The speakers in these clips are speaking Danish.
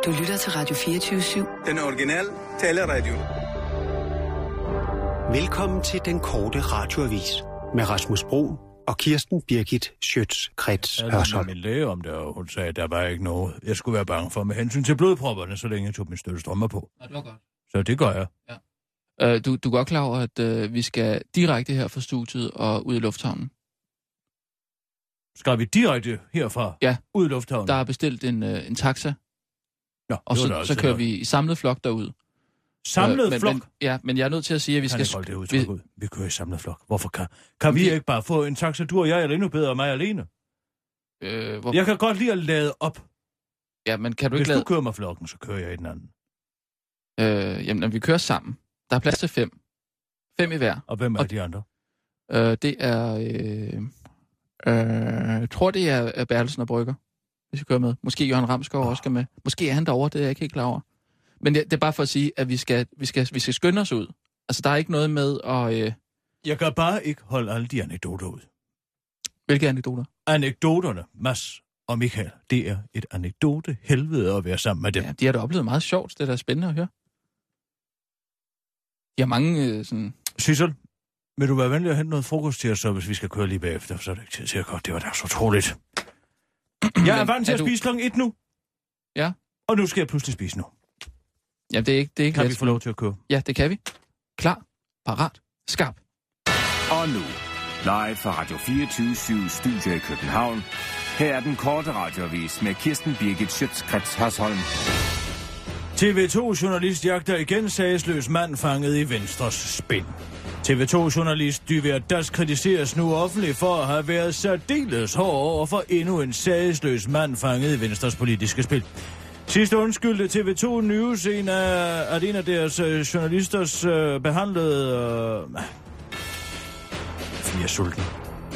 Du lytter til Radio 24/7. Den originale taleradio. Velkommen til den korte radioavis med Rasmus Bro og Kirsten Birgit Schøtz-Krets Hørsholm. Min læge om det, og hun sagde, at der var ikke noget, jeg skulle være bange for med hensyn til blodpropperne, så længe jeg tog min støttestrømmer på. Ja, det var godt. Så det gør jeg. Ja. Du er godt klar over, at vi skal direkte her fra studiet og ud i lufthavnen? Skal vi direkte herfra? Ja. Ud i lufthavnen? Der er bestilt en taxa, Nå, og så kører vi i samlet flok derud. Samlet flok? Men jeg er nødt til at sige, at vi skal... Kan det ud? Vi kører i samlet flok. Hvorfor kan vi ikke bare få en taxa, du og jeg, eller endnu bedre mig alene? Jeg kan godt lide at lade op. Ja, men kan du Hvis ikke du kører med flokken, så kører jeg i den anden. Jamen, vi kører sammen. Der er plads til 5. 5 i hver. Og hvem er de andre? Det er... jeg tror, det er Bertelsen og Brygger, hvis vi kører med. Måske Jørgen Ramskov også skal med. Måske er han derovre, det er jeg ikke helt klar over. Men det er bare for at sige, at vi skal skynde os ud. Altså, der er ikke noget med at... Jeg kan bare ikke holde alle de anekdoter ud. Hvilke anekdoter? Anekdoterne, Mads og Michael, det er et anekdote helvede at være sammen med dem. Ja, de har da oplevet meget sjovt. Det er da spændende at høre. De har mange sådan... Sissel, vil du være venlig at hente noget frokost til os, så hvis vi skal køre lige bagefter, så er det ikke tid til at godt. Det var da så utroligt. Jeg er vant til at spise klokken 1 nu. Ja. Og nu skal jeg pludselig spise nu. Ja, det er ikke Kan let. vi få lov til at køre? Ja, det kan vi. Klar, parat, skarp. Og nu, live fra Radio 24/7 Studio i København. Her er den korte radioavis med Kirsten Birgit Schøtz-Krets Hørsholm. TV2-journalist jagter igen sagsløs mand fanget i Venstres spind. TV2-journalist Dyvia Das kritiseres nu offentligt for at have været særdeles hård over for endnu en sagsløs mand fanget i Venstres politiske spil. Sidst undskyldte TV2 News en af deres journalisters behandlede... Jeg er sulten.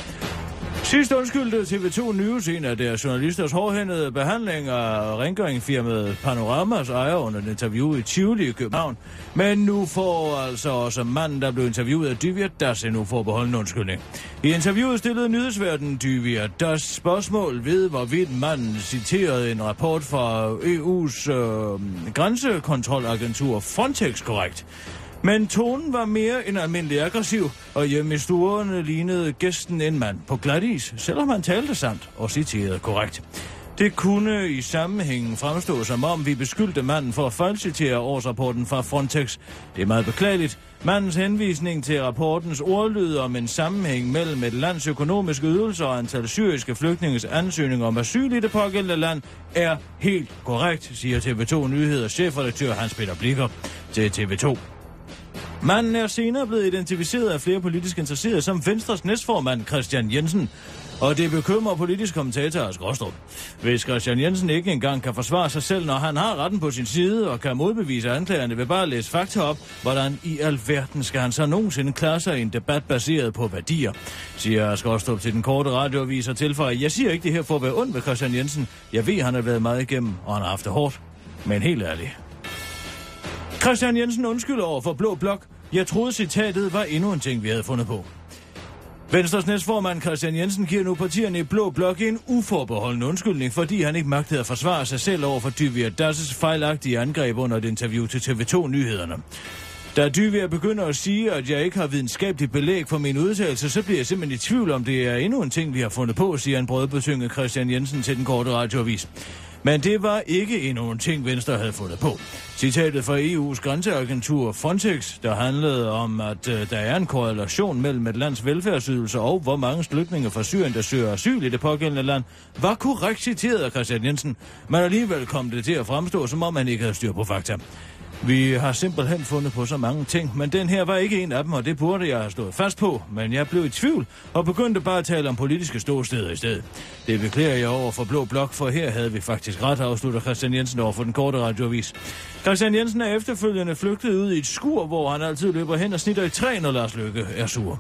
Sidst undskyldte TV2 News en af deres journalisters hårdhændede behandling af rengøringsfirmaet Panoramas ejer under et interview i Tivoli i København. Men nu får altså også manden, der blev interviewet af Dyvia Das, endnu forbeholdende undskyldning. I interviewet stillede nyhedsværten Dyvia Das spørgsmål ved, hvorvidt manden citerede en rapport fra EU's grænsekontrolagentur Frontex korrekt. Men tonen var mere end almindelig aggressiv, og hjemme i stuerne lignede gæsten en mand på glatis, selvom han talte sandt og citerede korrekt. Det kunne i sammenhængen fremstå som om vi beskyldte manden for at fejlcitere årsrapporten fra Frontex. Det er meget beklageligt. Mandens henvisning til rapportens ordlyd om en sammenhæng mellem et lands økonomiske ydelser og antal syriske flygtninges ansøgning om asyl i det pågældende land er helt korrekt, siger TV2 Nyheders chefredaktør Hans Peter Blicher til TV2. Manden er senere blevet identificeret af flere politisk interesserede som Venstres næstformand Christian Jensen, og det bekymrer politisk kommentator Asger Rostrup. Hvis Christian Jensen ikke engang kan forsvare sig selv, når han har retten på sin side og kan modbevise anklagerne ved bare at læse fakta op, hvordan i alverden skal han så nogensinde klare sig i en debat baseret på værdier, siger Asger Rostrup til den korte radioavis og tilføjer: Jeg siger ikke det her for at være ond ved Christian Jensen. Jeg ved, han har været meget igennem, og han har haft det hårdt. Men helt ærligt. Christian Jensen undskylder over for Blå Blok. Jeg troede, citatet var endnu en ting, vi havde fundet på. Venstres næstformand Christian Jensen giver nu partierne i Blå Blok en uforbeholden undskyldning, fordi han ikke magtede at forsvare sig selv over for Dyvia Das' fejlagtige angreb under et interview til TV2 Nyhederne. Da Dyvia begynder at sige, at jeg ikke har videnskabeligt belæg for min udtalelse, så bliver jeg simpelthen i tvivl om, det er endnu en ting, vi har fundet på, siger en brødbetynget Christian Jensen til den korte radioavis. Men det var ikke endnu en ting, Venstre havde fundet på. Citatet fra EU's grænseagentur Frontex, der handlede om, at der er en korrelation mellem et lands velfærdsydelser og hvor mange flygtninge fra Syrien, der søger asyl i det pågældende land, var korrekt citeret af Christian Jensen, men alligevel kom det til at fremstå, som om han ikke havde styr på fakta. Vi har simpelthen fundet på så mange ting, men den her var ikke en af dem, og det burde jeg have stået fast på. Men jeg blev i tvivl og begyndte bare at tale om politiske ståsteder i stedet. Det beklager jeg over for Blå Blok, for her havde vi faktisk ret, afslutter Christian Jensen over for den korte radioavis. Christian Jensen er efterfølgende flygtet ud i et skur, hvor han altid løber hen og snitter i træ, når Lars Løkke er sur.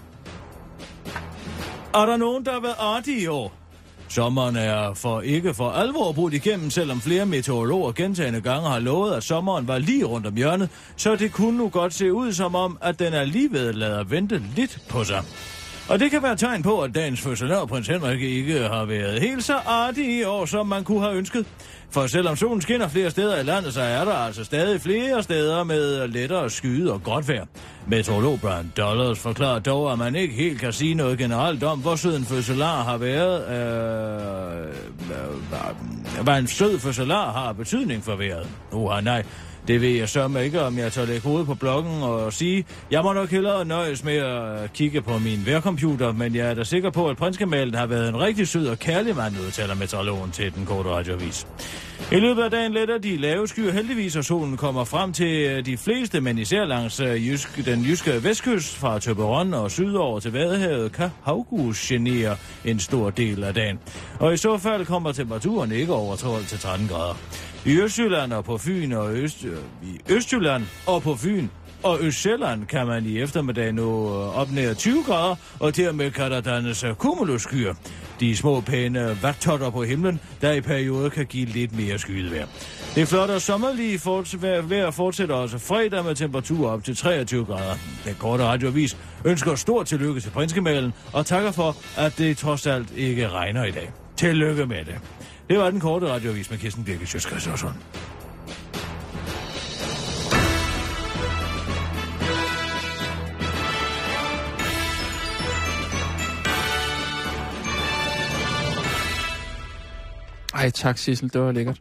Er der nogen, der har været artige i år? Sommeren er ikke for alvor brudt igennem, selvom flere meteorologer gentagne gange har lovet, at sommeren var lige rundt om hjørnet, så det kunne nu godt se ud som om, at den alligevel lader vente lidt på sig. Og det kan være tegn på, at dagens fødselar prins Henrik ikke har været helt så artig i år, som man kunne have ønsket. For selvom solen skinner flere steder i landet, så er der altså stadig flere steder med lettere skyde og godt vejr. Meteorolog Brian Dollars forklarer dog, at man ikke helt kan sige noget generelt om, hvor sød en fødselar har været. Hvad en sød fødselar har betydning for vejret. Nej. Det ved jeg sørme ikke, om jeg tør lægge hovedet på bloggen og sige, jeg må nok hellere nøjes med at kigge på min vejrcomputer, men jeg er da sikker på, at prinsgemalen har været en rigtig sød og kærlig mand, udtaler meteorologen til den korte radioavis. I løbet af dagen letter de lave skyer heldigvis, og solen kommer frem til de fleste, men især langs den jyske vestkyst fra Tøberon og sydover til Vadehavet kan havgus genere en stor del af dagen. Og i så fald kommer temperaturen ikke over 12-13 grader. I Østjylland og på Fyn og Østjylland og på Fyn og Østsjælland kan man i eftermiddag nå op nær 20 grader, og dermed kan der dannes cumulusskyer. De små pæne vattotter på himlen, der i perioder kan give lidt mere skyet vejr. Det flotte og sommerlige vejr fortsætter også fredag med temperatur op til 23 grader. Den korte radioavis ønsker stort tillykke til prinsgemalen og takker for, at det trods alt ikke regner i dag. Tillykke med det. Det var den korte radioavis med Kirsten Birgit Schøtz Krets. Ej, tak Sissel, det var lækkert.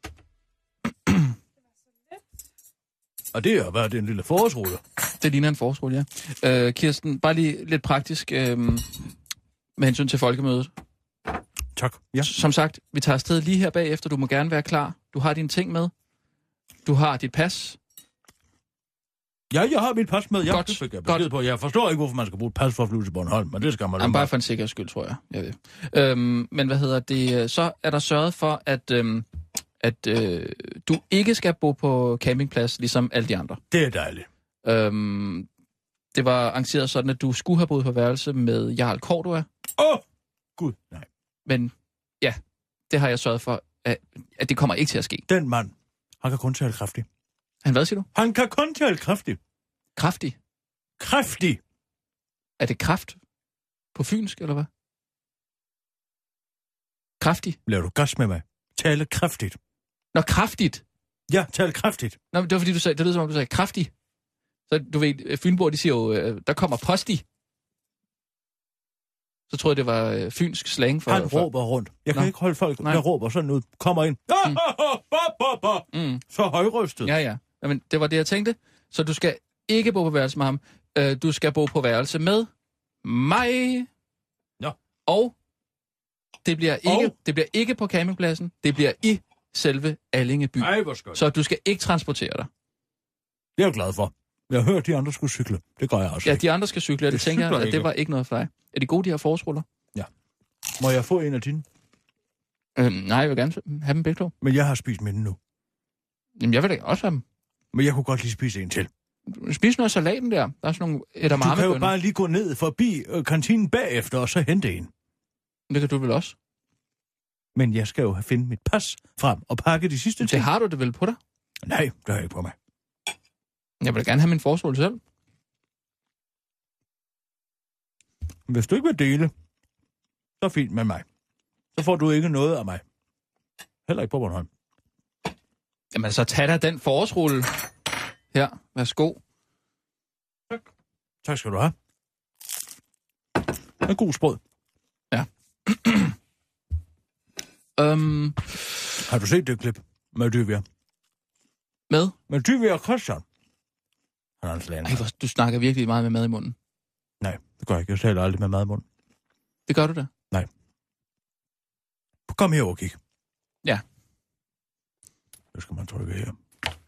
Og det har været en lille forårsrulle. Det ligner en forårsrulle, ja. Kirsten, bare lige lidt praktisk med hensyn til folkemødet. Tak. Ja. Som sagt, vi tager afsted lige her bagefter. Du må gerne være klar. Du har dine ting med. Du har dit pas. Ja, jeg har mit pas med. Ja, godt, det fik jeg besked på. Jeg forstår ikke, hvorfor man skal bruge et pas for at flyve til Bornholm, men det skal man. Bare for en sikkerheds skyld, tror jeg ved. Men hvad hedder det? Så er der sørget for, at du ikke skal bo på campingplads, ligesom alle de andre. Det er dejligt. Det var arrangeret sådan, at du skulle have boet på værelse med Jarl Cordua. Gud, nej. Men ja, det har jeg sørget for, at det kommer ikke til at ske. Den mand, han kan kun tale kraftigt. Hvad siger du? Han kan kun tale kraftigt. Kraftig? Kraftig. Er det kraft på fynsk, eller hvad? Kraftig? Laver du gas med mig? Tale kraftigt. Nå, kraftigt? Ja, tale kraftigt. Nå, det var fordi, det lød som om, du sagde kraftig. Så du ved, fynboer, de siger jo, der kommer posti. Så tror jeg, det var fynsk slang for... Han råber rundt. Jeg kan ikke holde folk, der råber sådan ud. Kommer ind. Så højrøstet. Ja. Jamen, det var det, jeg tænkte. Så du skal ikke bo på værelse med ham. Du skal bo på værelse med mig. Nå. Og det bliver ikke på campingpladsen. Det bliver i selve Allinge by. Ej, hvor skønt. Så du skal ikke transportere dig. Det er jeg glad for. Jeg har hørt, at de andre skulle cykle. Det gør jeg også. Ja, de andre skal cykle, og det tænker jeg, at det var ikke noget for dig. Er de gode, de her forårsruller? Ja. Må jeg få en af dine? Nej, jeg vil gerne have dem begge to. Men jeg har spist mine nu. Jamen, jeg vil da også have dem. Men jeg kunne godt lige spise en til. Spis noget salaten der. Der er sådan nogle edamamebønner. Du kan jo bare lige gå ned forbi kantinen bagefter, og så hente en. Det kan du vel også? Men jeg skal jo finde mit pas frem og pakke de sidste ting. Det har du det vel på dig? Nej, det har jeg ikke på mig. Jeg vil da gerne have min forårsrulle selv. Hvis du ikke vil dele, så fint med mig. Så får du ikke noget af mig. Heller ikke på Bornholm. Jamen, så tag dig den forårsrulle. Her, værsgo. Tak. Tak skal du have. En god sprød. Ja. Har du set det klip med Dyvia? Med? Med Dyvia og Christian. Han er en slagen. Ej, du snakker virkelig meget med mad i munden. Nej, det gør jeg ikke. Jeg taler aldrig med mad i munden. Det gør du da? Nej. Kom her og kig. Ja. Så skal man trykke her.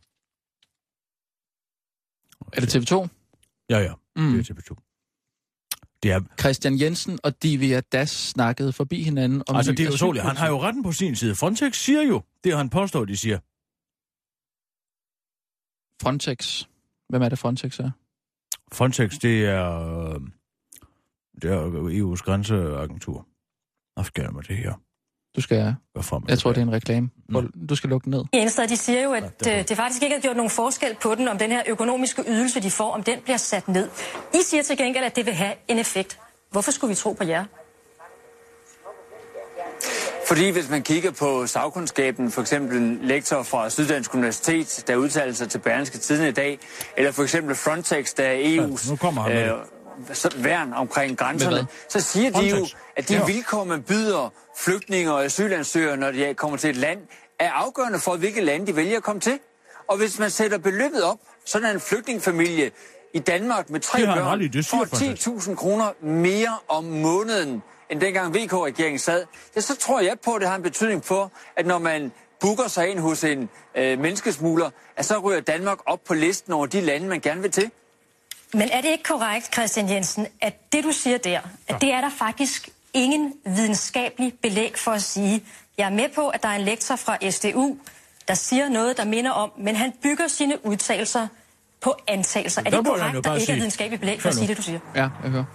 Er det TV2? Ja. Det er TV2. Det er... Christian Jensen og Divya Das snakkede forbi hinanden om... Altså, det er jo soligt. Han har jo retten på sin side. Frontex siger jo det, han påstår, de siger. Frontex? Hvem er det, Frontex er? Frontex, det er EU's grænseagentur. Hvad skal jeg med det her? Du skal... Jeg tror, det er en reklame. Du skal lukke den ned. Eneste, de siger jo, at det faktisk ikke har gjort nogen forskel på den, om den her økonomiske ydelse, de får, om den bliver sat ned. I siger til gengæld, at det vil have en effekt. Hvorfor skulle vi tro på jer? Fordi hvis man kigger på sagkundskaben, for eksempel en lektor fra Syddansk Universitet, der udtaler sig til Berlingske Tidende i dag, eller for eksempel Frontex, der er EU's værn omkring grænserne, så siger de jo, at de vilkår, man byder flygtninge og asylansøgere, når de kommer til et land, er afgørende for, hvilke lande de vælger at komme til. Og hvis man sætter beløbet op, sådan en flygtningefamilie i Danmark med 3 børn får 10.000 kroner mere om måneden, end dengang VK-regeringen sad, ja, så tror jeg på, at det har en betydning for, at når man booker sig ind hos en menneskesmugler, at så ryger Danmark op på listen over de lande, man gerne vil til. Men er det ikke korrekt, Christian Jensen, at det, du siger der, at det er der faktisk ingen videnskabelig belæg for at sige? Jeg er med på, at der er en lektor fra SDU, der siger noget, der minder om, men han bygger sine udtalelser på antagelser. Er det korrekt, der ikke er videnskabelig belæg for at sige det, du siger? Ja, jeg hører.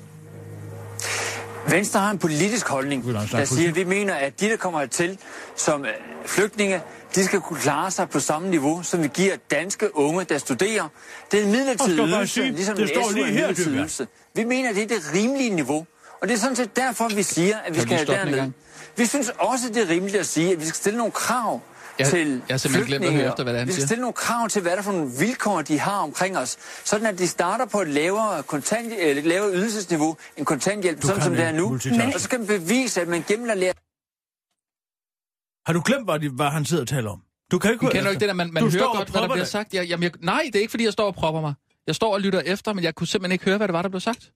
Venstre har en politisk holdning, der siger, at vi mener, at de, der kommer hertil som flygtninge, de skal kunne klare sig på samme niveau, som vi giver danske unge, der studerer. Det er en midlertidig ydelse, ligesom en midlertidig ydelse. Vi mener, at det er det rimelige niveau. Og det er sådan set derfor, vi siger, at vi skal have derned. Vi synes også, det er rimeligt at sige, at vi skal stille nogle krav til flygtninge. Vi skal stille nogle krav til, hvad der for nogle vilkår, de har omkring os. Sådan at de starter på et lavere ydelsesniveau end kontanthjælp, sådan som det er nu. Og så skal man bevise, at man lærer. Har du glemt, hvad han sidder og taler om? Du kan ikke høre. Kender ikke det der, man hører godt, hvad der bliver sagt. Nej, det er ikke, fordi jeg står og propper mig. Jeg står og lytter efter, men jeg kunne simpelthen ikke høre, hvad det var, der blev sagt.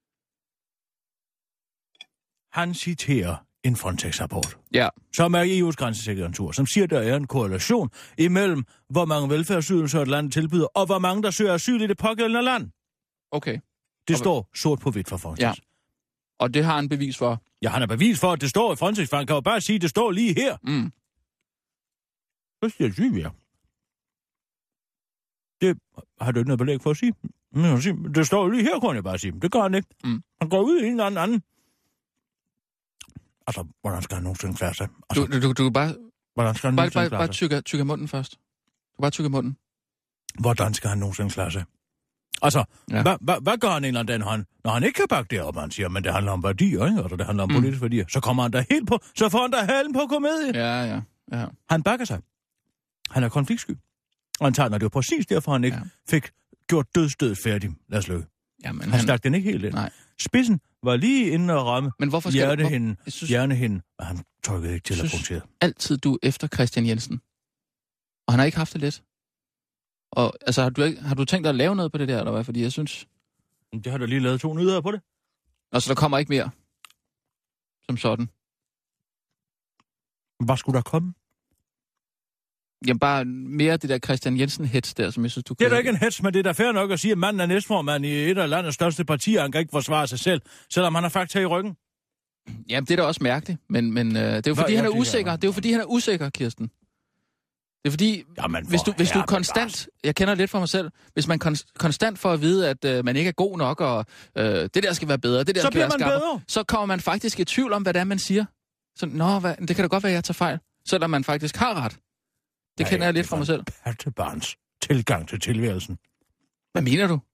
Han citerer en Frontex-rapport, ja, som er EU's grænsesekretariat, som siger, at der er en korrelation imellem, hvor mange velfærdsydelser et land tilbyder, og hvor mange, der søger asyl i det pågældende land. Okay. Det står sort på hvidt for Frontex. Ja. Og det har han bevis for? Ja, han har bevis for, at det står i Frontex, for han kan jo bare sige, at det står lige her. Mm. Så siger jeg, ja. Det har du ikke noget belæg for at sige. Det står lige her, kunne jeg bare sige. Det gør han ikke. Mm. Han går ud i en eller anden. Altså, hvordan skal han nogensinde klare sig? Altså, du bare... Hvordan skal han nogensinde klare sig? Bare tykke munden først. Du bare tykke munden. Hvordan skal han nogensinde klare sig? Altså, ja. Hvad gør han egentlig, når han ikke kan bakke det op, han siger, men det handler om værdier, ikke? Altså, det handler om politiske værdier. Så kommer han der helt på, så får han der halen på komedie. Ja. Han bakker sig. Han er konfliktsky. Og han tager, når det var præcis derfor, han ikke fik gjort dødsstødet færdig. Lad os løbe. Jamen, han stak den ikke helt ind. Nej. Spidsen var lige inde og ramme. Men hvorfor skal hjernehinde, og han trykkede ikke til at punktere. Altid du efter Christian Jensen. Og han har ikke haft det let. Og altså, har du tænkt dig at lave noget på det der, eller hvad? Fordi jeg synes... Det har der lige lavet 2 nyheder på det. Og så der kommer ikke mere. Som sådan. Hvad skulle der komme? Jamen bare mere det der Christian Jensen-hets der, som jeg synes, du kan... Det er da ikke en hets, men det er da fair nok at sige, at manden er næstformand i et af landets største partier, han kan ikke forsvare sig selv, selvom han har fakta i ryggen. Jamen, det er da også mærkeligt, men det er jo fordi, han er usikker. Det er jo fordi, han er usikker, Kirsten. Det er fordi, jamen, hvis du konstant... Jeg kender lidt for mig selv. Hvis man konstant får at vide, at man ikke er god nok, og det der skal være bedre, det der skal være skarpere, så kommer man faktisk i tvivl om, hvad det er, man siger. Så, det kan da godt være, at jeg tager fejl, selvom man faktisk har ret. Det kender jeg lidt fra mig selv. Pattebarns tilgang til tilværelsen. Hvad mener du?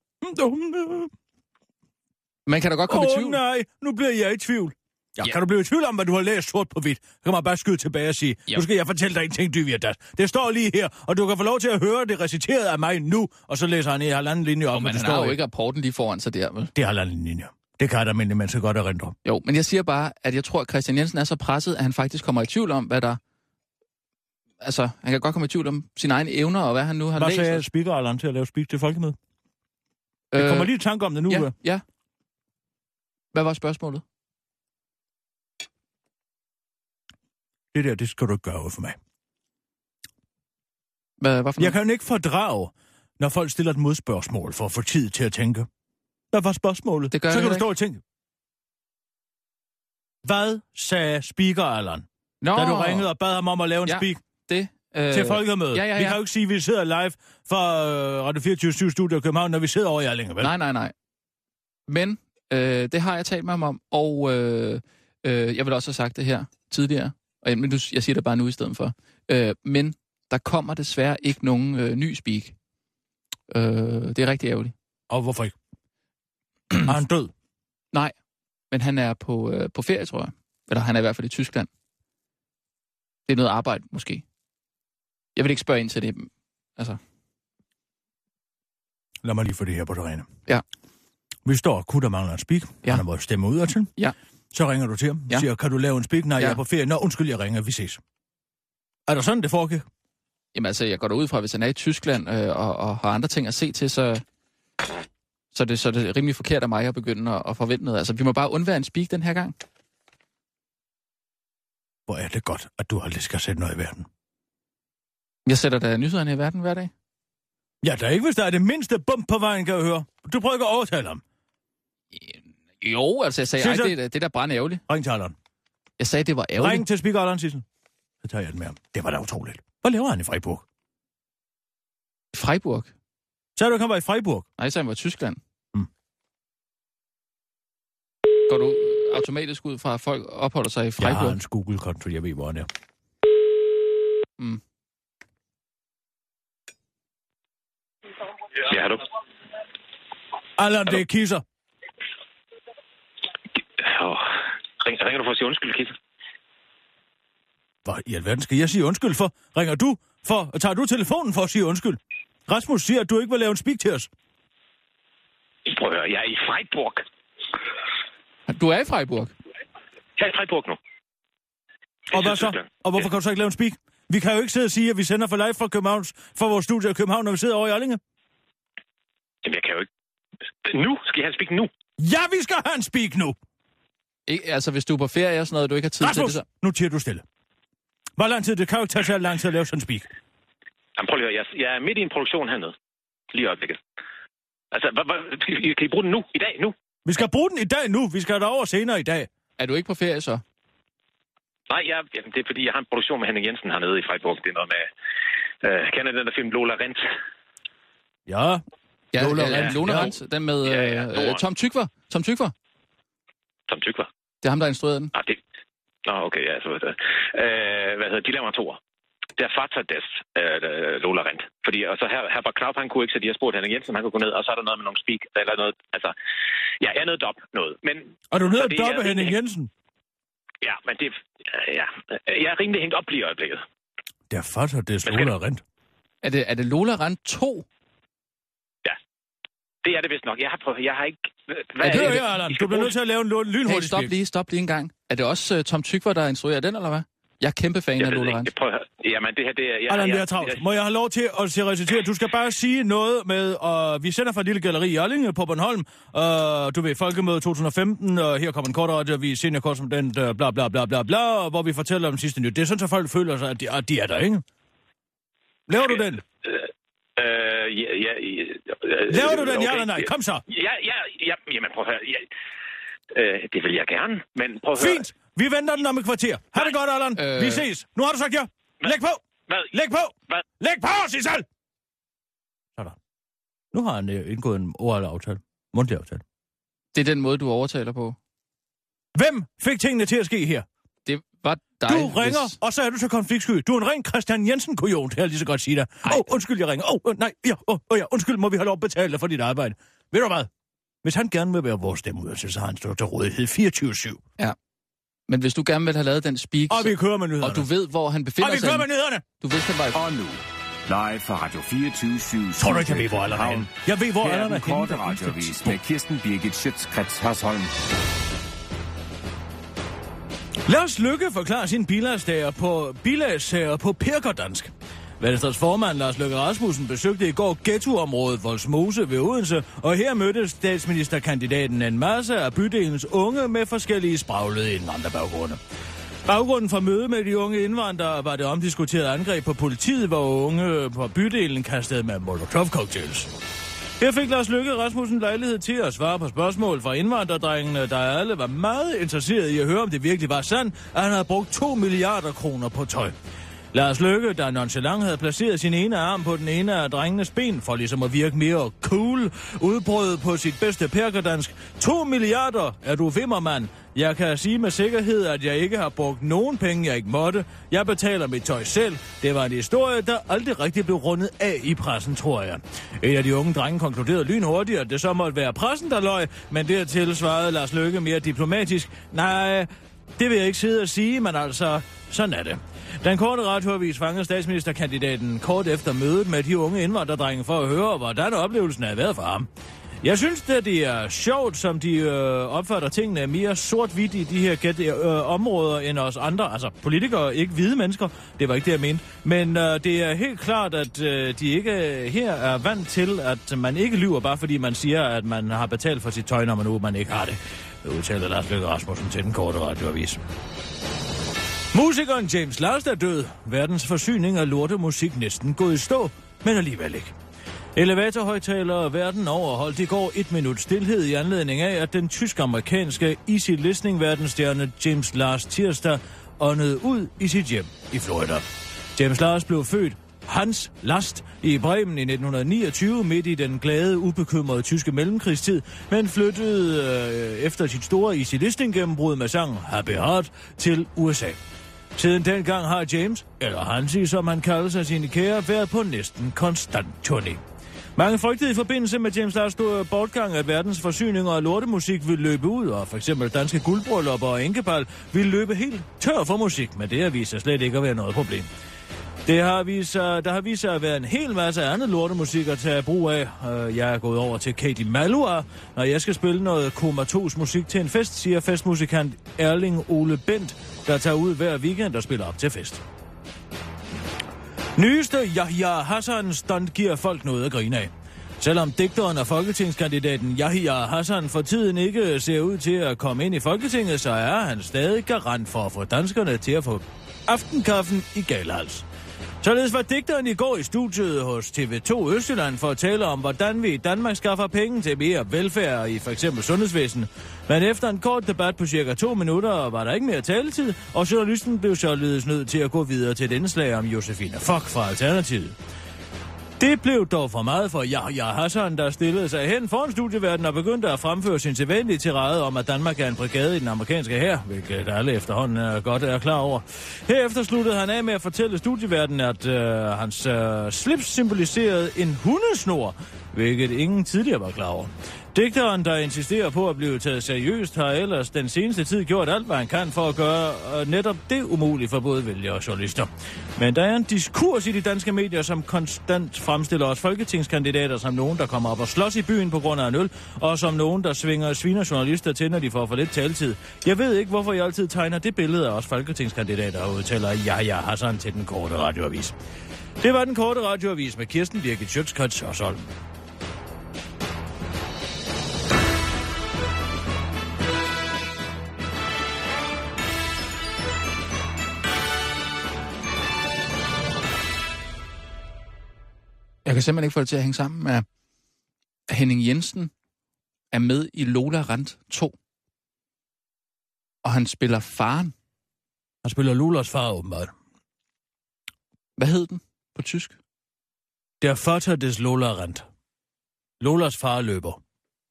Man kan da godt komme i tvivl. Nej, nu bliver jeg i tvivl. Ja, kan du blive i tvivl om, hvad du har læst sort på hvidt? Så kan man bare skyde tilbage og sige, nu skal jeg fortælle dig en ting, Dyviadas. Det står lige her, og du kan få lov til at høre det reciteret af mig nu, og så læser han i halvanden linje op. Men han har jo ikke rapporten lige foran sig der, vel? Det er halvanden linje. Det kan der almindelige mennesker godt erindre. Jo, men jeg siger bare, at jeg tror, at Christian Jensen er så presset, at han faktisk kommer i tvivl om, hvad der... Altså, han kan godt komme i tvivl om sine egne evner, og hvad han nu har læst. Hvad sagde speaker til at lave speak til folkemødet? Jeg kommer lige i tanke om det nu. Ja. Hvad var spørgsmålet? Det skal du ikke gøre for mig. Hvad for jeg kan jo ikke fordrage, når folk stiller et modspørgsmål for at få tid til at tænke. Hvad var spørgsmålet? Så kan du stå og tænke. Hvad sagde speaker Allan, da du ringede og bad ham om at lave en speak til folkemødet? Ja. Vi kan jo ikke sige, at vi sidder live fra Radio 24 Studio i København, når vi sidder over i Allinge, vel? Nej. Men det har jeg talt med ham om, og jeg vil også have sagt det her tidligere. Men jeg siger det bare nu i stedet for. Men der kommer desværre ikke nogen ny speak. Det er rigtig ærgerligt. Og hvorfor ikke? Er han død? Nej, Men han er på ferie, tror jeg. Eller han er i hvert fald i Tyskland. Det er noget arbejde, måske. Jeg vil ikke spørge ind til det. Altså. Lad mig lige få det her på det rene. Ja. Vi står og kutter mangler en speak. Ja. Han har vores stemme ud af til. Ja. Så ringer du til ham. Ja. Siger, kan du lave en speak? Nej, jeg er på ferie. Nå, undskyld, jeg ringer. Vi ses. Er der sådan, det foregik? Jamen altså, jeg går derud fra, hvis han er i Tyskland og har andre ting at se til, så er det rimelig forkert af mig at begynde at forvente noget. Altså, vi må bare undvære en speak den her gang. Hvor er det godt, at du aldrig skal sætte noget i verden. Jeg sætter da nyhederne i verden hver dag. Ja, der er ikke, hvis der er det mindste bump på vejen, kan jeg høre. Du prøver ikke at overtale ham. Jo, altså jeg sagde, det er da brænde ærgerligt. Ring til Allan. Jeg sagde, det var ærgerligt. Ring til speaker Allan, Sissel. Så tager jeg den med ham. Det var da utroligt. Hvad laver han i Freiburg? Freiburg? Sagde du ikke, han var i Freiburg? Nej, så han var i Tyskland. Går du automatisk ud fra, at folk opholder sig i Freiburg? Jeg har hans Google-konto, jeg ved, hvor han er. Ja, hallo. Allan, det er Kisser. Ringer du for at sige undskyld, Kisser? Hvad i alverden skal jeg sige undskyld for? Tager du telefonen for at sige undskyld? Rasmus siger, at du ikke vil lave en speak til os. Prøv at høre, jeg er i Freiburg. Du er i Freiburg? Jeg er i Freiburg nu. Og hvad så? Og hvorfor kan du så ikke lave en speak? Vi kan jo ikke sidde og sige, at vi sender for live fra vores studie i København, når vi sidder over i Allinge. Jamen, jeg kan jo ikke. Nu? Skal jeg have en speak nu? Ja, vi skal have en speak nu! Altså, hvis du er på ferie og sådan noget, du ikke har tid til det, så... nu tiger du stille. Hvor lang tid? Det kan jo ikke tage så lang tid at lave sådan en speak. Jamen, prøv lige at høre. Jeg er midt i en produktion hernede. Lige i øjeblikket. Altså, kan I bruge den nu? I dag? Nu? Vi skal bruge den i dag nu. Vi skal derover senere i dag. Er du ikke på ferie så? Nej, det er fordi, jeg har en produktion med Henning Jensen hernede i Freiburg. Det er noget med... kender den der film Lola Rent? Ja. Lola Rent. Den med Tom Tykwer. Tom Tykwer? Det er ham, der instruerede den. Ah, det... Nå, okay, ja, så ved det. De laver en toer. Der fatter des Lola Rent. Fordi, og så her var Knaup, han kunne ikke, så de har spurgt Henning Jensen, han kunne gå ned, og så er der noget med nogle speak, eller noget, altså... Ja, jeg er nødt op noget, men... Og du er nødt op af Henning Jensen? Ja, men det... Ja, jeg er rimelig hængt op lige i øjeblikket. Der fatter des Lola Rent. Er det Lola Rent 2? Ja, det er det vist nok. Jeg har ikke... Allan, du bliver nødt til at lave en lynhurtig speak. Stop lige en gang. Er det også Tom Tykwer, der instruerer den, eller hvad? Jeg er kæmpe fan af Lola Rent. Jamen, det her, det er... Allan, vi er travlt. Må jeg have lov til at recitere? Du skal bare sige noget med... vi sender fra et lille galleri i Allinge på Bornholm. Du ved, Folkemøde 2015, og her kommer en kort radioavis, seniorkorrespondent, bla bla bla bla bla, hvor vi fortæller om sidste nyt. Det er sådan, så folk føler sig, at de er der, ikke? Laver du den? Laver du den, ja eller nej? Kom så! Jamen, prøv at høre. Det vil jeg gerne, men prøv at høre... Fint! Vi venter den om et kvarter. Ha' det godt, Allan. Vi ses. Nu har du sagt ja. Læg på! Læg på! Læg på, Sissel! Sådan. Nu har han indgået en oral aftale. Mundtlig aftale. Det er den måde, du overtaler på. Hvem fik tingene til at ske her? Det var dig. Du ringer, og så er du så konfliktsky. Du er en ren Christian Jensen-kujon, det har jeg lige så godt sige dig. Undskyld, jeg ringer. Nej, undskyld, må vi have lov at betale dig for dit arbejde. Ved du hvad? Hvis han gerne vil være vores stemmeudelse, så har han stået til rådighed 24/7. Ja. Men hvis du gerne vil have lavet den speak... Og vi kører med nyhederne. Og du ved, hvor han befinder sig... Og vi kører med nyhederne! Du ved, han var... Og nu, live fra Radio 24/7... Tror du ikke, jeg ved, hvor Allan er henne? Jeg ved, hvor Allan er henne. Her er den korte radioavis med Kirsten Birgit Schøtz-Krets Hørsholm. Lars Løkke forklarer sin bilagssager på perkerdansk. Venstres formand Lars Løkke Rasmussen besøgte i går ghettoområdet Vollsmose ved Odense, og her mødte statsministerkandidaten en masse af bydelens unge med forskellige spraglede indvandrerbaggrunde. Baggrunden for mødet med de unge indvandrere var det omdiskuterede angreb på politiet, hvor unge på bydelen kastede med molotov-cocktails. Her fik Lars Løkke Rasmussen lejlighed til at svare på spørgsmål fra indvandrerdrengene, der alle var meget interesserede i at høre, om det virkelig var sandt, at han havde brugt 2 milliarder kroner på tøj. Lars Løkke, der nonchalant havde placeret sin ene arm på den ene af drengenes ben, for ligesom at virke mere cool, udbrød på sit bedste perkerdansk: 2 milliarder, er du vimmermand? Jeg kan sige med sikkerhed, at jeg ikke har brugt nogen penge, jeg ikke måtte. Jeg betaler mit tøj selv. Det var en historie, der aldrig rigtig blev rundet af i pressen, tror jeg. En af de unge drenge konkluderede lynhurtigt, at det så måtte være pressen, der løj, men dertil svarede Lars Løkke mere diplomatisk: nej, det vil jeg ikke sidde og sige, men altså, sådan er det. Den korte radioavis fangede statsministerkandidaten kort efter mødet med de unge indvandrerdrenge for at høre, hvordan oplevelsen havde været for ham. Jeg synes, at det er sjovt, som de opfatter tingene er mere sort-hvidt i de her områder end os andre. Altså politikere, ikke hvide mennesker. Det var ikke det, jeg mente. Men det er helt klart, at de ikke her er vant til, at man ikke lyver, bare fordi man siger, at man har betalt for sit tøj, når man ikke har det. Det udtaler Lars Løkke Rasmussen til den korte radioavis. Musikeren James Last er død. Verdens forsyning af lortemusik næsten gået i stå, men alligevel ikke. Elevatorhøjtalere verden over holdt i går 1 minut stilhed i anledning af, at den tysk-amerikanske easy listening verdensstjerne James Last tirsdag åndede ud i sit hjem i Florida. James Last blev født Hans Last i Bremen i 1929 midt i den glade, ubekymrede tyske mellemkrigstid, men flyttede efter sit store easy listening gennembrud med sang Happy Heart til USA. Siden dengang har James, eller Hansi som han kalder sig sine kære, været på næsten konstant turné. Mange frygtede i forbindelse med James Last bortgang, at verdens forsyninger af lortemusik ville løbe ud, og for eksempel danske guldbryllupper og enkepal ville løbe helt tør for musik, men det har vist sig slet ikke at være noget problem. Der har vist sig at være en hel masse andet lortemusik at tage brug af. Jeg er gået over til Katie Malua, når jeg skal spille noget komatos musik til en fest, siger festmusikant Erling Ole Bent, der tager ud hver weekend og spiller op til fest. Nyeste Yahya Hassan stunt giver folk noget at grine af. Selvom digteren og folketingskandidaten Yahya Hassan for tiden ikke ser ud til at komme ind i Folketinget, så er han stadig garant for at få danskerne til at få aftenkaffen i galhals. Således var digteren i går i studiet hos TV2 Østjylland for at tale om, hvordan vi i Danmark skaffer penge til mere velfærd i f.eks. sundhedsvæsen. Men efter en kort debat på cirka 2 minutter var der ikke mere taletid, og journalisten blev således nødt til at gå videre til et indslag om Josefine Fock fra Alternativet. Det blev dog for meget for Yahya Hassan, der stillede sig hen foran studieverdenen og begyndte at fremføre sin sædvanlige tirade om, at Danmark er en brigade i den amerikanske hær, hvilket alle efterhånden godt er klar over. Herefter sluttede han af med at fortælle studieverdenen, at hans slips symboliserede en hundesnor, hvilket ingen tidligere var klar over. Digteren, der insisterer på at blive taget seriøst, har ellers den seneste tid gjort alt, hvad han kan for at gøre netop det umuligt for både vælgere og journalister. Men der er en diskurs i de danske medier, som konstant fremstiller os folketingskandidater som nogen, der kommer op og slås i byen på grund af en øl, og som nogen, der sviner journalister til, når de får for lidt taletid. Jeg ved ikke, hvorfor jeg altid tegner det billede af os folketingskandidater, og udtaler Yahya Hassan til den korte radioavis. Det var den korte radioavis med Kirsten Birgit Schøtz-Krets og Solm. Jeg kan simpelthen ikke få det til at hænge sammen med, at Henning Jensen er med i Lola Rent 2. Og han spiller faren. Han spiller Lolas far, åbenbart. Hvad hed den på tysk? Der Vater des Lola Rent. Lolas far løber.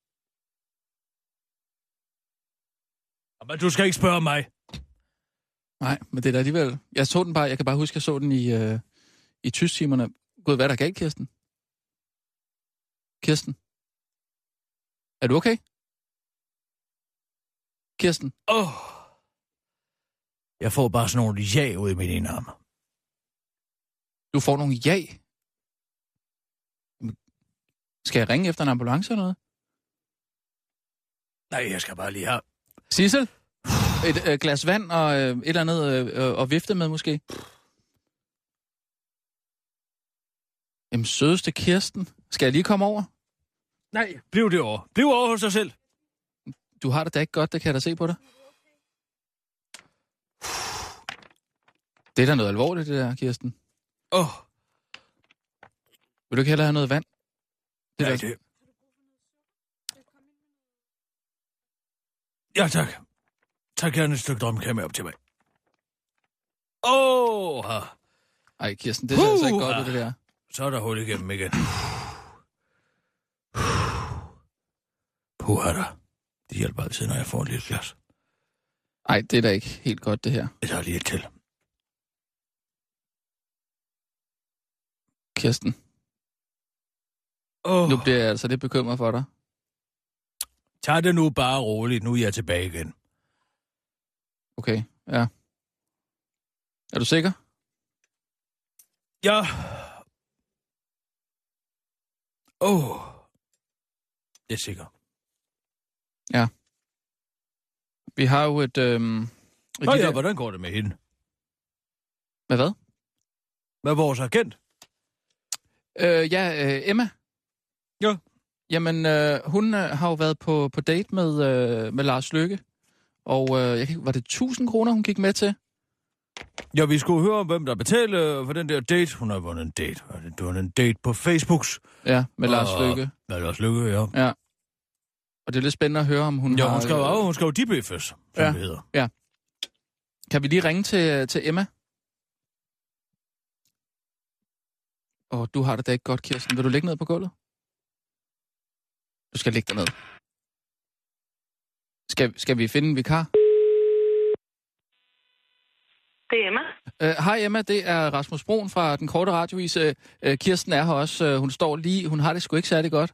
Men du skal ikke spørge mig. Nej, men det er da alligevel. Jeg så den bare, jeg kan bare huske, at jeg så den i tysktimerne. Gud, hvad er der galt, Kirsten? Kirsten? Er du okay? Kirsten? Jeg får bare sådan nogle ja ud i min ene arm. Du får nogle ja? Skal jeg ringe efter en ambulance eller noget? Nej, jeg skal bare lige have... Sissel? Et glas vand og et eller andet at vifte med måske? Jamen, sødeste Kirsten. Skal jeg lige komme over? Nej, bliv det over. Bliv over hos dig selv. Du har det da ikke godt, det kan jeg da se på dig. Det er da noget alvorligt, det der, Kirsten. Vil du ikke hellere have noget vand? Nej, det... Ja, tak. Tag gerne et stykke drømmekage med op til mig. Ej, Kirsten, det ser altså ikke godt ud, det der. Så er der hul igennem igen. Puha da. Det hjælper altid, når jeg får et lille glas. Ej, det er da ikke helt godt, det her. Jeg tager lige et til. Kirsten. Nu bliver jeg altså lidt bekymret for dig. Tag det nu bare roligt. Nu er jeg tilbage igen. Okay, ja. Er du sikker? Ja. Jeg er sikker. Ja. Vi har jo et... Hvordan går det med hende? Med hvad? Med vores agent? Emma. Ja. Jamen, hun har jo været på date med Lars Løkke. Og var det 1.000 kroner, hun gik med til? Ja, vi skulle høre, hvem der betalte for den der date. Hun har vundet en date. Du har en date på Facebooks. Ja, med Lars Løkke. Med Lars Løkke, ja. Ja. Og det er lidt spændende at høre, om hun har... Ja, hun skal jo debriefes, som det hedder. Ja. Kan vi lige ringe til Emma? Du har det da ikke godt, Kirsten. Vil du ligge ned på gulvet? Du skal ligge derned. Skal vi finde en vikar? Det er Emma. Hej Emma, det er Rasmus Broen fra Den Korte Radiovis. Kirsten er her også. Hun står lige... Hun har det sgu ikke særlig godt.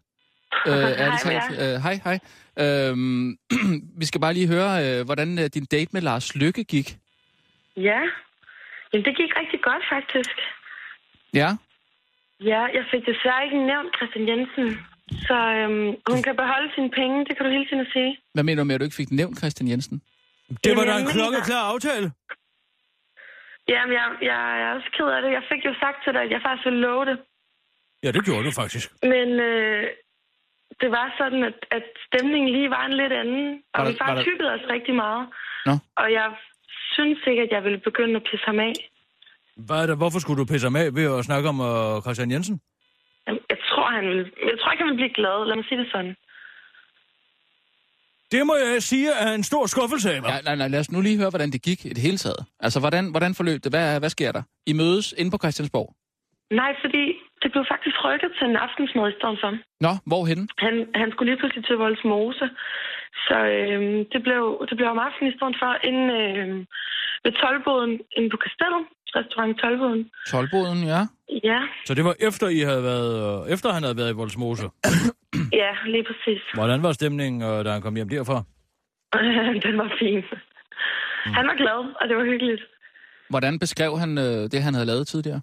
Hej. Vi skal bare lige høre, hvordan din date med Lars Løkke gik. Ja, jamen det gik rigtig godt faktisk. Ja? Ja, jeg fik desværre ikke nævnt Christian Jensen, så hun kan beholde sine penge, det kan du hele tiden sige. Hvad mener du med, at du ikke fik nævnt Christian Jensen? Det var da en klokkeklar aftale. Jamen, jeg er også ked af det. Jeg fik jo sagt til dig, at jeg faktisk ville love det. Ja, det gjorde du faktisk. Men det var sådan, at stemningen lige var en lidt anden. Og vi faktisk hyggede os rigtig meget. Nå. Og jeg synes ikke, at jeg ville begynde at pisse ham af. Hvorfor skulle du pisse ham af ved at snakke om Christian Jensen? Jamen, jeg tror ikke, han vil blive glad. Lad mig sige det sådan. Det må jeg sige er en stor skuffelse af mig. Ja, nej, lad os nu lige høre, hvordan det gik i det hele taget. Altså, hvordan forløb det? Hvad sker der? I mødes inde på Christiansborg? Nej, fordi det blev faktisk rykket til en aftensmad i stedet for. Nå, hvorhenne? Han skulle lige pludselig til Vollsmose. Så det blev om aftenen i stedet for inde ved Toldboden, inde på Kastellet. Restaurant Toldboden. Toldboden, ja. Ja. Så det var efter han havde været i Vollsmose? Ja, lige præcis. Hvordan var stemningen, da han kom hjem derfra? Den var fin. Han var glad, og det var hyggeligt. Hvordan beskrev han det, han havde lavet tidligere?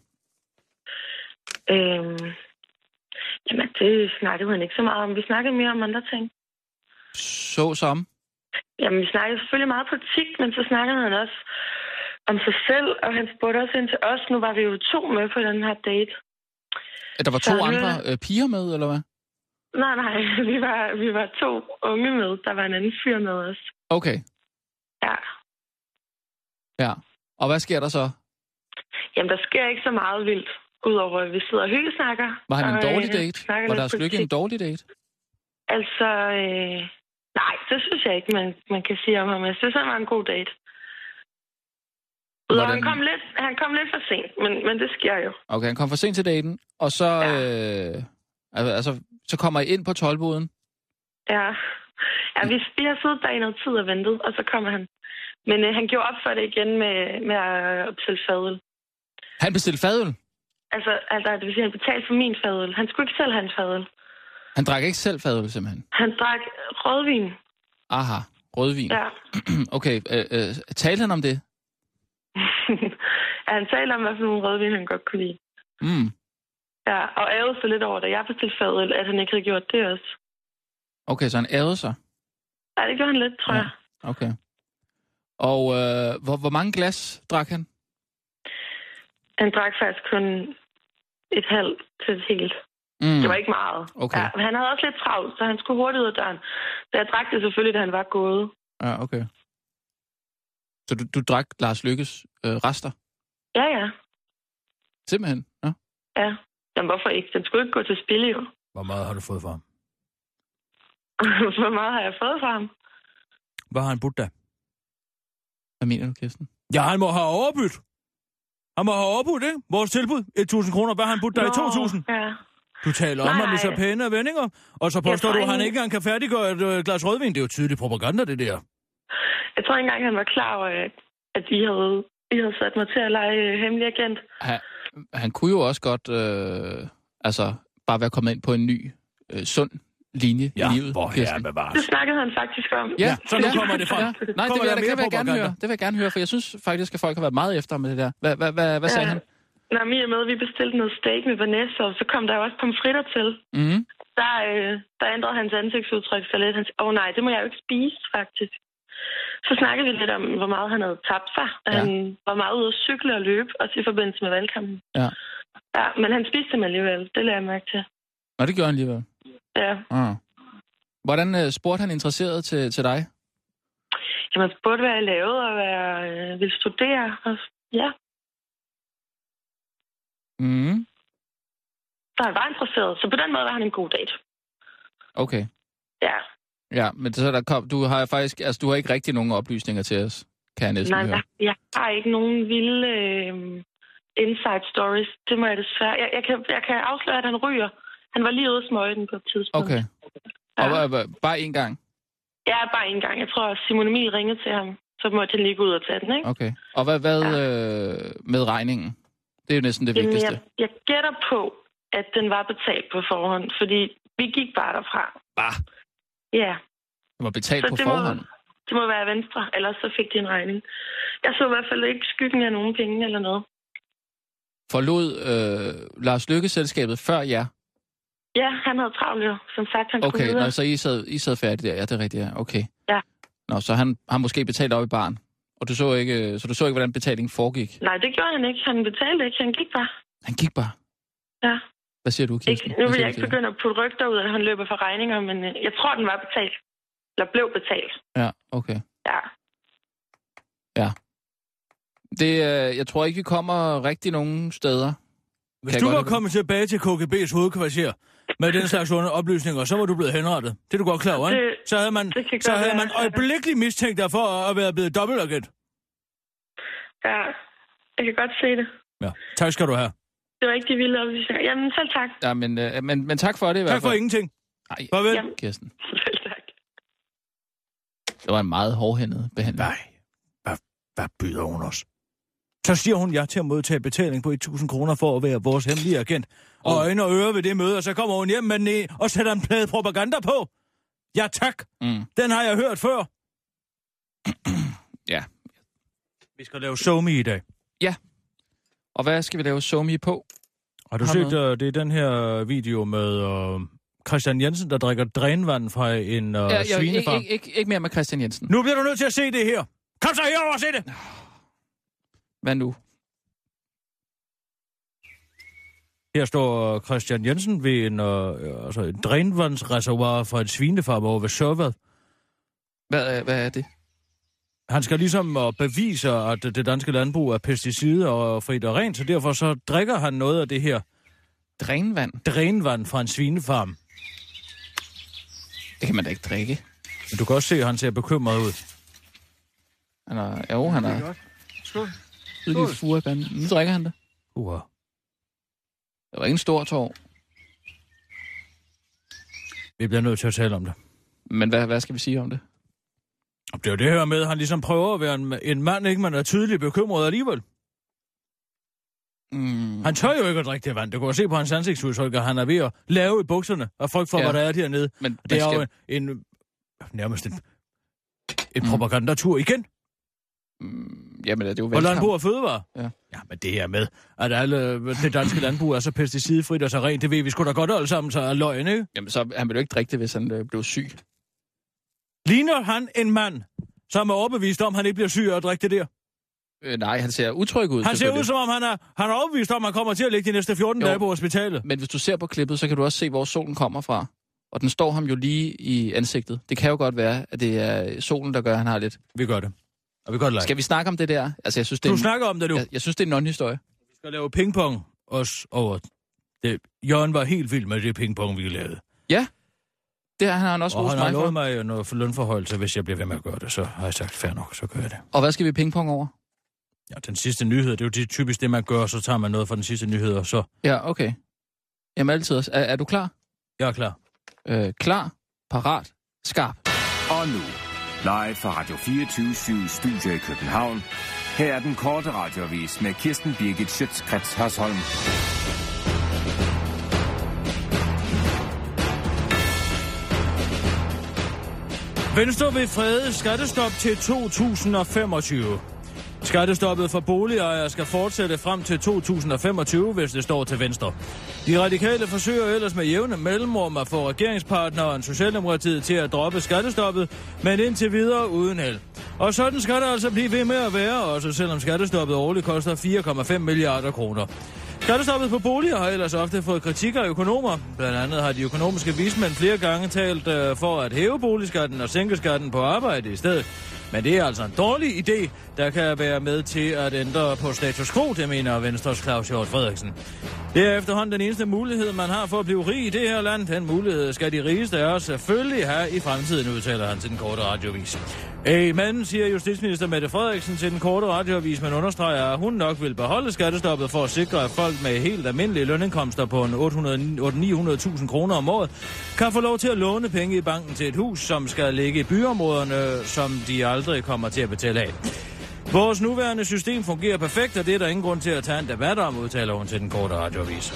Jamen, det snakkede han ikke så meget om. Vi snakkede mere om andre ting. Som? Jamen, vi snakkede selvfølgelig meget politik, men så snakkede han også om sig selv, og han spurgte også ind til os. Nu var vi jo 2 med på den her date. Der var 2 andre piger med, eller hvad? Nej. Vi var 2 unge med. Der var en anden fyr med os. Okay. Ja. Ja. Og hvad sker der så? Jamen, der sker ikke så meget vildt, udover at vi sidder og hyggesnakker. Var han en dårlig date? Var Lars Løkke en dårlig date? Altså, nej, det synes jeg ikke, man kan sige om ham. Jeg synes, han var en god date. Han kom lidt for sent, men det sker jo. Okay, han kom for sent til daten, og så, så kommer I ind på Toldboden? Ja, vi har siddet der i noget tid og ventet, og så kommer han. Men han gjorde op for det igen med at bestille fadøl. Han bestilte fadøl? Altså, det vil sige, han betalte for min fadøl. Han skulle ikke selv have en fadøl. Han drak ikke selv fadøl, simpelthen? Han drak rødvin. Aha, rødvin. Ja. Okay, talte han om det? Ja, han talte om, hvad for nogle rødvin han godt kunne lide. Mm. Ja, og ærgede sig lidt over, da jeg bestilte fadøl, at han ikke havde gjort det også. Okay, så han ærgede sig? Ja, det gjorde han lidt, tror jeg. Okay. Og hvor mange glas drak han? Han drak faktisk kun et halvt til et helt. Det var ikke meget. Okay. Ja, han havde også lidt travlt, så han skulle hurtigt ud af døren. Så jeg drak det selvfølgelig, da han var gået. Ja, okay. Så du drak Lars Løkkes rester? Ja. Simpelthen? Ja. Ja. Jamen, hvorfor ikke? Den skulle ikke gå til spil, jo. Hvor meget har du fået for ham? Hvor meget har jeg fået for ham? Hvad har han budt da? Hvad mener du, Kirsten? Ja, han må have overbydt. Han må have overbudt, ikke? Vores tilbud, 1.000 kroner. Hvad har han budt dig i 2.000? Ja. Du taler om ham i så pæne vendinger, og så påstår du, at han ikke engang kan færdiggøre et glas rødvin. Det er jo tydelig propaganda, det der. Jeg tror ikke engang, han var klar over, at I havde sat mig til at lege hemmelig agent. Han kunne jo også godt bare være kommet ind på en ny, sund linje i livet. Det snakkede han faktisk om. Ja, så nu kommer det frem. Ja. Nej, det vil jeg gerne høre. Det vil jeg gerne høre, for jeg synes faktisk, at folk har været meget efter med det der. Hvad sagde han? Når vi er med, vi bestilte noget steak med Vanessa, og så kom der jo også pomfritter til. Mm-hmm. Der ændrede hans ansigtsudtryk så lidt. Han sagde, nej, det må jeg jo ikke spise, faktisk. Så snakkede vi lidt om, hvor meget han havde tabt sig. Han var meget ude at cykle og løbe, også i forbindelse med valgkampen. Ja. Ja, men han spiste dem alligevel. Det lader jeg mærke til. Nå, det gjorde han alligevel? Ja. Hvordan spurgte han interesseret til dig? Jamen, han spurgte, hvad jeg lavede, og hvad jeg ville studere. Og, ja. Mm. Så han var interesseret. Så på den måde var han en god date. Okay. Ja. Ja, men så du har faktisk, du har ikke rigtig nogen oplysninger til os, kan jeg næsten høre. Nej, jeg har ikke nogen vilde inside stories. Det må jeg desværre. Jeg kan afsløre, at han ryger. Han var lige ude at smøge den på et tidspunkt. Okay. Ja. Og bare én gang? Ja, bare én gang. Jeg tror, at Simon Emil ringede til ham. Så måtte han lige gå ud og tage den, ikke? Okay. Og hvad med regningen? Det er jo næsten det vigtigste. Jeg gætter på, at den var betalt på forhånd, fordi vi gik bare derfra. Hvad? Ja. Den var betalt på forhånd? Det må være Venstre, ellers så fik de en regning. Jeg så i hvert fald ikke skyggen af nogen penge eller noget. Forlod Lars Løkke-selskabet før jer? Ja, han havde travlt jo. Som sagt, han skulle videre. Okay, så I sad færdigt der. Ja, det er rigtigt, ja. Okay. Ja. Nå, så han har måske betalt op i baren. Og du så ikke, hvordan betalingen foregik? Nej, det gjorde han ikke. Han betalte ikke. Han gik bare. Han gik bare? Ja. Hvad siger du, Kirsten? Nu vil jeg ikke begynde at putte rygter ud, at han løber for regninger, men jeg tror, den var betalt. Eller blev betalt. Ja, okay. Ja. Ja. Jeg tror ikke, vi kommer rigtig nogen steder. Hvis du var kommet tilbage til KGB's hovedkvarter med den slags oplysninger, så var du blevet henrettet. Det er du godt klar over, ikke? Så havde man øjeblikkeligt mistænkt dig for at være blevet dobbeltagent. Ja, jeg kan godt se det. Ja, tak skal du have. Det var rigtig vildt oplysninger. Jamen, selv tak. Ja, men tak for det i hvert fald. Tak for ingenting. Nej, farvel. Jamen, Kirsten. Selv tak. Det var en meget hårdhændet behandling. Nej, hvad byder hun os? Så siger hun ja til at modtage betaling på 1.000 kroner for at være vores hemmelige agent. Og øjne og ører ved det møde, og så kommer hun hjem med den og sætter en plade propaganda på. Ja, tak. Den har jeg hørt før. Ja. Vi skal lave SoMe i dag. Ja. Og hvad skal vi lave SoMe på? Har du set, det er den her video med Christian Jensen, der drikker drænvand fra en svinefarm? Ikke mere med Christian Jensen. Nu bliver du nødt til at se det her. Kom så herover og se det. Hvad nu? Her står Christian Jensen ved en drænvandsreservoir fra et svinefarm over ved Sørvad. Hvad er det? Han skal ligesom bevise, at det danske landbrug er pesticider og frit og rent, så derfor så drikker han noget af det her. Drænvand? Drænvand fra en svinefarm. Det kan man da ikke drikke. Men du kan også se, at han ser bekymret ud. Han er... Skål. Nu drikker han det. Det var ikke en stor tår. Vi bliver nødt til at tale om det. Men hvad skal vi sige om det? Det er jo det her med, at han ligesom prøver at være en mand, ikke? Man er tydeligt bekymret alligevel. Han tør jo ikke at drikke det vand. Du kan se på hans ansigtsudtryk, at han er ved at lave i bukserne og frygt for, hvad der er dernede. Men det er jo nærmest en propagandatur igen. Jamen, det er jo velkommen. Og landbrug og fødevare. Ja, men det her med, at det danske landbrug er så pesticidfrit og så rent, det ved vi sgu da godt alle sammen, så er løgn, ikke? Jamen, så han vil jo ikke drikke det, hvis han blev syg. Ligner han en mand, som er overbevist om, han ikke bliver syg af at drikke det der? Nej, han ser utryg ud. Han ser ud, som om han er overbevist om, at han kommer til at ligge de næste 14 dage på hospitalet. Men hvis du ser på klippet, så kan du også se, hvor solen kommer fra. Og den står ham jo lige i ansigtet. Det kan jo godt være, at det er solen, der gør, at han har lidt. Vi gør det. Og vi gør det. Skal vi snakke om det der? Altså, jeg synes, det du snakker om det nu. Jeg synes, det er en non-historie. Vi skal lave pingpong også over det. Jørgen var helt vild med det pingpong, vi lavede. Ja. Det har han også rost mig for. Og han har lovet mig noget for lønforholdelse, hvis jeg bliver ved med at gøre det. Så har jeg sagt, fair nok, så gør jeg det. Og hvad skal vi pingpong over? Ja, den sidste nyhed, det er jo det typisk det, man gør, så tager man noget fra den sidste nyhed, og så... Ja, okay. Jamen altid. Er du klar? Jeg er klar. Klar, parat, skarp. Og nu, live fra Radio 24/7 Studio i København. Her er den korte radioavis med Kirsten Birgit Schøtz-Krets Hørsholm. Venstre vil frede skattestop til 2025. Skattestoppet for boligejere skal fortsætte frem til 2025, hvis det står til Venstre. De radikale forsøger ellers med jævne mellemrum at få regeringspartneren Socialdemokratiet til at droppe skattestoppet, men indtil videre uden held. Og sådan skal det altså blive ved med at være, også selvom skattestoppet årligt koster 4,5 milliarder kroner. Skattestoppet på boliger har ellers ofte fået kritik af økonomer. Blandt andet har de økonomiske vismænd flere gange talt for at hæve boligskatten og sænke skatten på arbejde i stedet. Men det er altså en dårlig idé, der kan være med til at ændre på status quo, det mener Venstres Claus Hjort Frederiksen. Det er efterhånden den eneste mulighed, man har for at blive rig i det her land. Den mulighed skal de rigeste af os selvfølgelig have i fremtiden, udtaler han til den korte radioavis. Men, siger justitsminister Mette Frederiksen til den korte radioavis, men understreger, at hun nok vil beholde skattestoppet for at sikre, at folk med helt almindelige lønindkomster på 800-900.000 kroner om året kan få lov til at låne penge i banken til et hus, som skal ligge i byområderne, som de aldrig kommer til at betale af. Vores nuværende system fungerer perfekt, og det er der ingen grund til at tage en debat om, udtaler hun til den korte radioavis.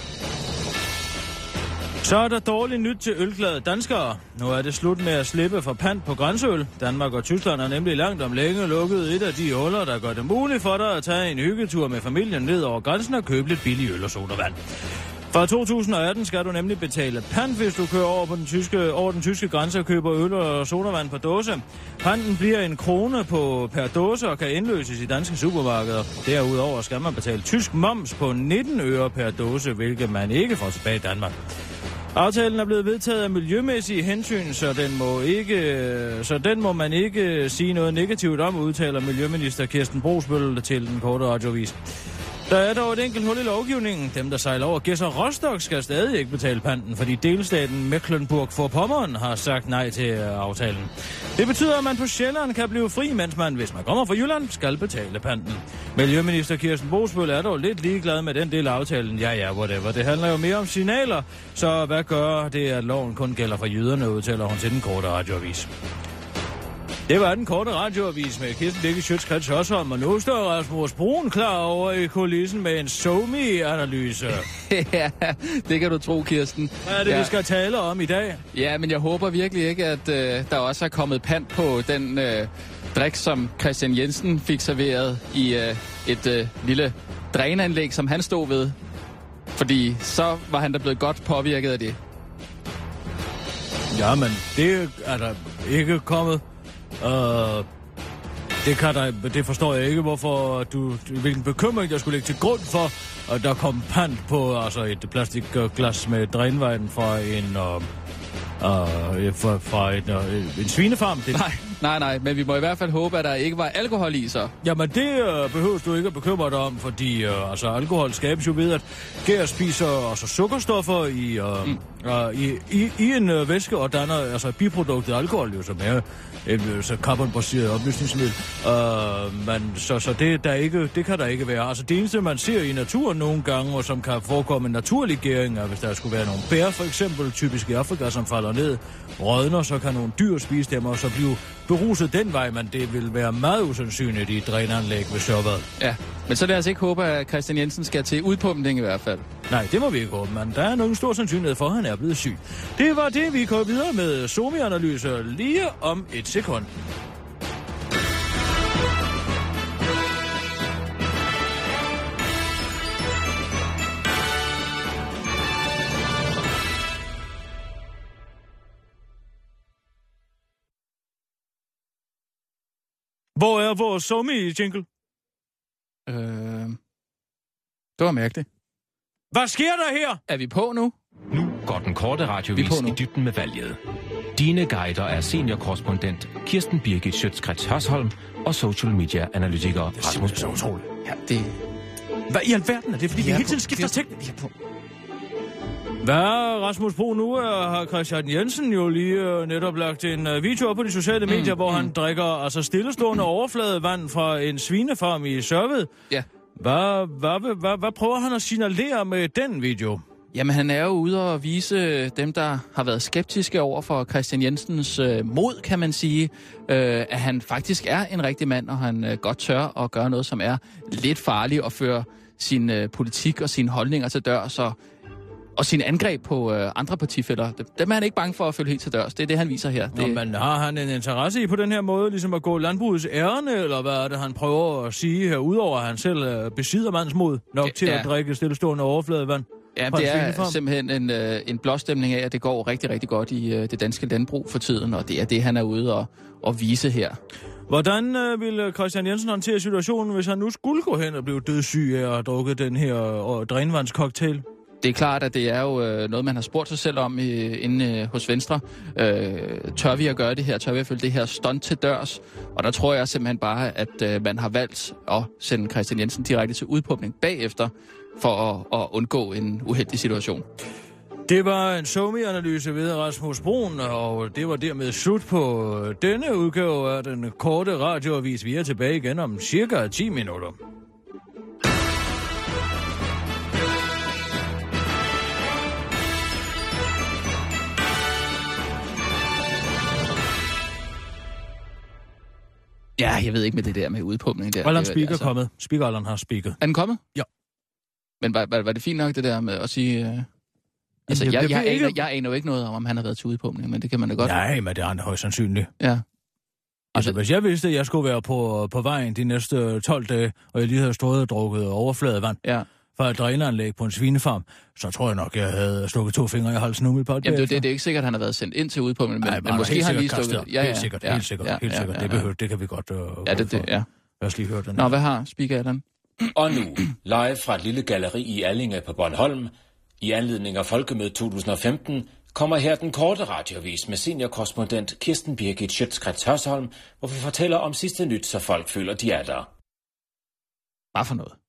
Så er der dårligt nyt til ølglade danskere. Nu er det slut med at slippe for pant på grænseøl. Danmark og Tyskland har nemlig langt om længe lukket et af de huller, der gør det muligt for dig at tage en hyggetur med familien ned over grænsen og købe lidt billig øl og sodavand. Fra 2018 skal du nemlig betale pant, hvis du kører over den tyske grænse og køber øl og sodavand på dåse. Panten bliver 1 krone per dåse og kan indløses i danske supermarkeder. Derudover skal man betale tysk moms på 19 øre per dåse, hvilket man ikke får tilbage i Danmark. Aftalen er blevet vedtaget af miljømæssige hensyn, så den må man ikke sige noget negativt om, udtaler Miljøminister Kirsten Brosbøl til den korte radioavis. Der er dog et enkelt hul i lovgivningen. Dem, der sejler over Gedser Rostock, skal stadig ikke betale panten, fordi delstaten Mecklenburg-Vorpommern har sagt nej til aftalen. Det betyder, at man på Sjælland kan blive fri, mens man, hvis man kommer fra Jylland, skal betale panten. Miljøminister Kirsten Brosbøl er dog lidt ligeglad med den del af aftalen. Ja, whatever. Det handler jo mere om signaler, så hvad gør det, at loven kun gælder for jyderne, udtaler hun til den korte radioavis. Det var den korte radioavis med Kirsten Birgit Schøtz-Krets Hørsholm, og nu står Rasmus Brun klar over i kulissen med en SoMe-analyse. Ja, det kan du tro, Kirsten. Hvad er det, vi skal tale om i dag? Ja, men jeg håber virkelig ikke, at der også er kommet pant på den drik, som Christian Jensen fik serveret i et lille dræneanlæg, som han stod ved. Fordi så var han da blevet godt påvirket af det. Ja, men det er der ikke kommet. Det forstår jeg ikke, hvorfor hvilken bekymring der skulle ligge til grund for, at der kom pant på et plastikglas med drænvejen fra en svinefarm. Nej, men vi må i hvert fald håbe, at der ikke var alkohol i så. Jamen det behøver du ikke at bekymre dig om, fordi alkohol skabes jo ved, at gær spiser sukkerstoffer i en væske og danner biproduktet alkohol, jo, som er carbonbaseret opløsningsmiddel. Men så det kan der ikke være. Altså det eneste, man ser i naturen nogle gange, og som kan forekomme en naturlig gæring, hvis der skulle være nogle bær, for eksempel typisk i Afrika, som falder ned, rådner, så kan nogle dyr spise dem, og så blive beruset den vej, men det vil være meget usandsynligt i et dræneanlæg ved Sørvad. Ja, men så lad os ikke håbe, at Christian Jensen skal til udpumpning i hvert fald. Nej, det må vi ikke håbe, men der er nogen stor sandsynlighed for, at han er blevet syg. Det var det, vi går videre med SoMe-analyser lige om et sekund. Hvor er vores SoMe-jingle? Det var mærkeligt. Hvad sker der her? Er vi på nu? Nu går den korte radiovis i dybden med valget. Dine guider er seniorkorrespondent Kirsten Birgit Schøtz-Krets Hørsholm og social media-analytiker Rasmus Brun. Ja, det... Hvad i alverden er det? Fordi vi hele tiden skifter teknik. Hvad, Rasmus Bro, nu har Christian Jensen jo lige netop lagt en video op på de sociale medier, hvor han drikker altså stillestående overfladevand fra en svinefarm i Sørved. Ja. Hvad prøver han at signalere med den video? Jamen, han er jo ude og vise dem, der har været skeptiske over for Christian Jensens mod, kan man sige, at han faktisk er en rigtig mand, og han godt tør at gøre noget, som er lidt farligt, og føre sin politik og sine holdninger til dørs, og sine angreb på andre partifæller. Dem er han ikke bange for at følge helt til dørs. Det er det, han viser her. Nå, men har han en interesse i på den her måde, ligesom at gå landbrugets ærne, eller hvad er det, han prøver at sige her, udover at han selv besidder mandsmod nok til at drikke stillestående overfladevand? Ja, det er simpelthen en blåstemning af, at det går rigtig, rigtig godt i det danske landbrug for tiden, og det er det, han er ude og vise her. Hvordan ville Christian Jensen håndtere situationen, hvis han nu skulle gå hen og blive dødssyg af at have drukket den her drænvandscocktail? Det er klart, at det er jo noget, man har spurgt sig selv om inde hos Venstre. Tør vi at gøre det her? Tør vi at følge det her stunt til dørs? Og der tror jeg simpelthen bare, at man har valgt at sende Christian Jensen direkte til udpumpning bagefter, for at undgå en uheldig situation. Det var en SoMe-analyse ved Rasmus Broen, og det var dermed slut på denne udgave af den korte radioavis. Vi er tilbage igen om cirka 10 minutter. Ja, jeg ved ikke med det der med udpumpning der. Allan Speaker er kommet. Speaker Allan har speaket. Er den kommet? Ja. Men var det fint nok det der med at sige... Altså, jeg aner jo ikke noget om han har været til udpumpning, men det kan man da godt... Nej, men det er højst sandsynligt. Ja. Altså, hvis jeg vidste, at jeg skulle være på vejen de næste 12 dage, og jeg lige havde stået og drukket overfladevand fra et dræneranlæg på en svinefarm, så tror jeg nok, jeg havde stukket 2 fingre i halsen umiddelbart. Jamen, det er ikke sikkert, at han har været sendt ind til udpumpning, men måske har han lige stukket... Helt sikkert. Det kan vi godt... Lad os lige høre den. Nå, hvad har Speaker Allan? Og nu, live fra et lille galleri i Allinge på Bornholm, i anledning af Folkemødet 2015, kommer her den korte radiovis med seniorkorrespondent Kirsten Birgit Schøtz-Krets Hørsholm, hvor vi fortæller om sidste nyt, så folk føler, de er der. Hvad for noget?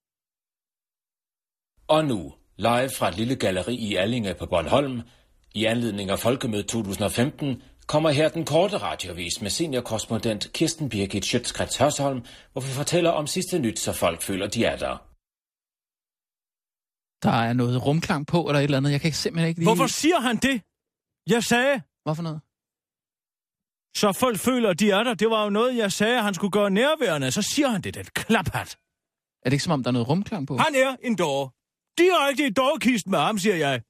Og nu, live fra et lille galleri i Allinge på Bornholm, i anledning af Folkemødet 2015, kommer her den korte radiovis med seniorkorrespondent Kirsten Birgit Schøtz-Krets Hørsholm, hvor vi fortæller om sidste nyt, så folk føler, de er der. Der er noget rumklang på, eller et eller andet. Jeg kan simpelthen ikke lige... Hvorfor siger han det? Jeg sagde... Hvorfor noget? Så folk føler, de er der. Det var jo noget, jeg sagde, at han skulle gøre nærværende. Så siger han det, den klaphat. Er det ikke som om, der er noget rumklang på? Han er en dåre. Direkte i dårekisten med ham, siger jeg.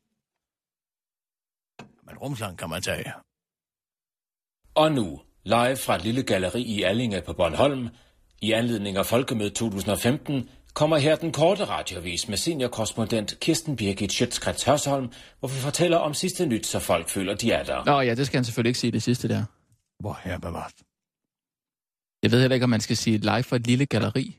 Men rumklang kan man tage. Og nu, live fra et lille galleri i Allinge på Bornholm, i anledning af Folkemødet 2015, kommer her den korte radiovis med seniorkorrespondent Kirsten Birgit Schøtz-Krets Hørsholm, hvor vi fortæller om sidste nyt, så folk føler, de er der. Nå ja, det skal han selvfølgelig ikke sige, det sidste der. Hvor her bevart? Jeg ved heller ikke, om man skal sige live fra et lille galleri.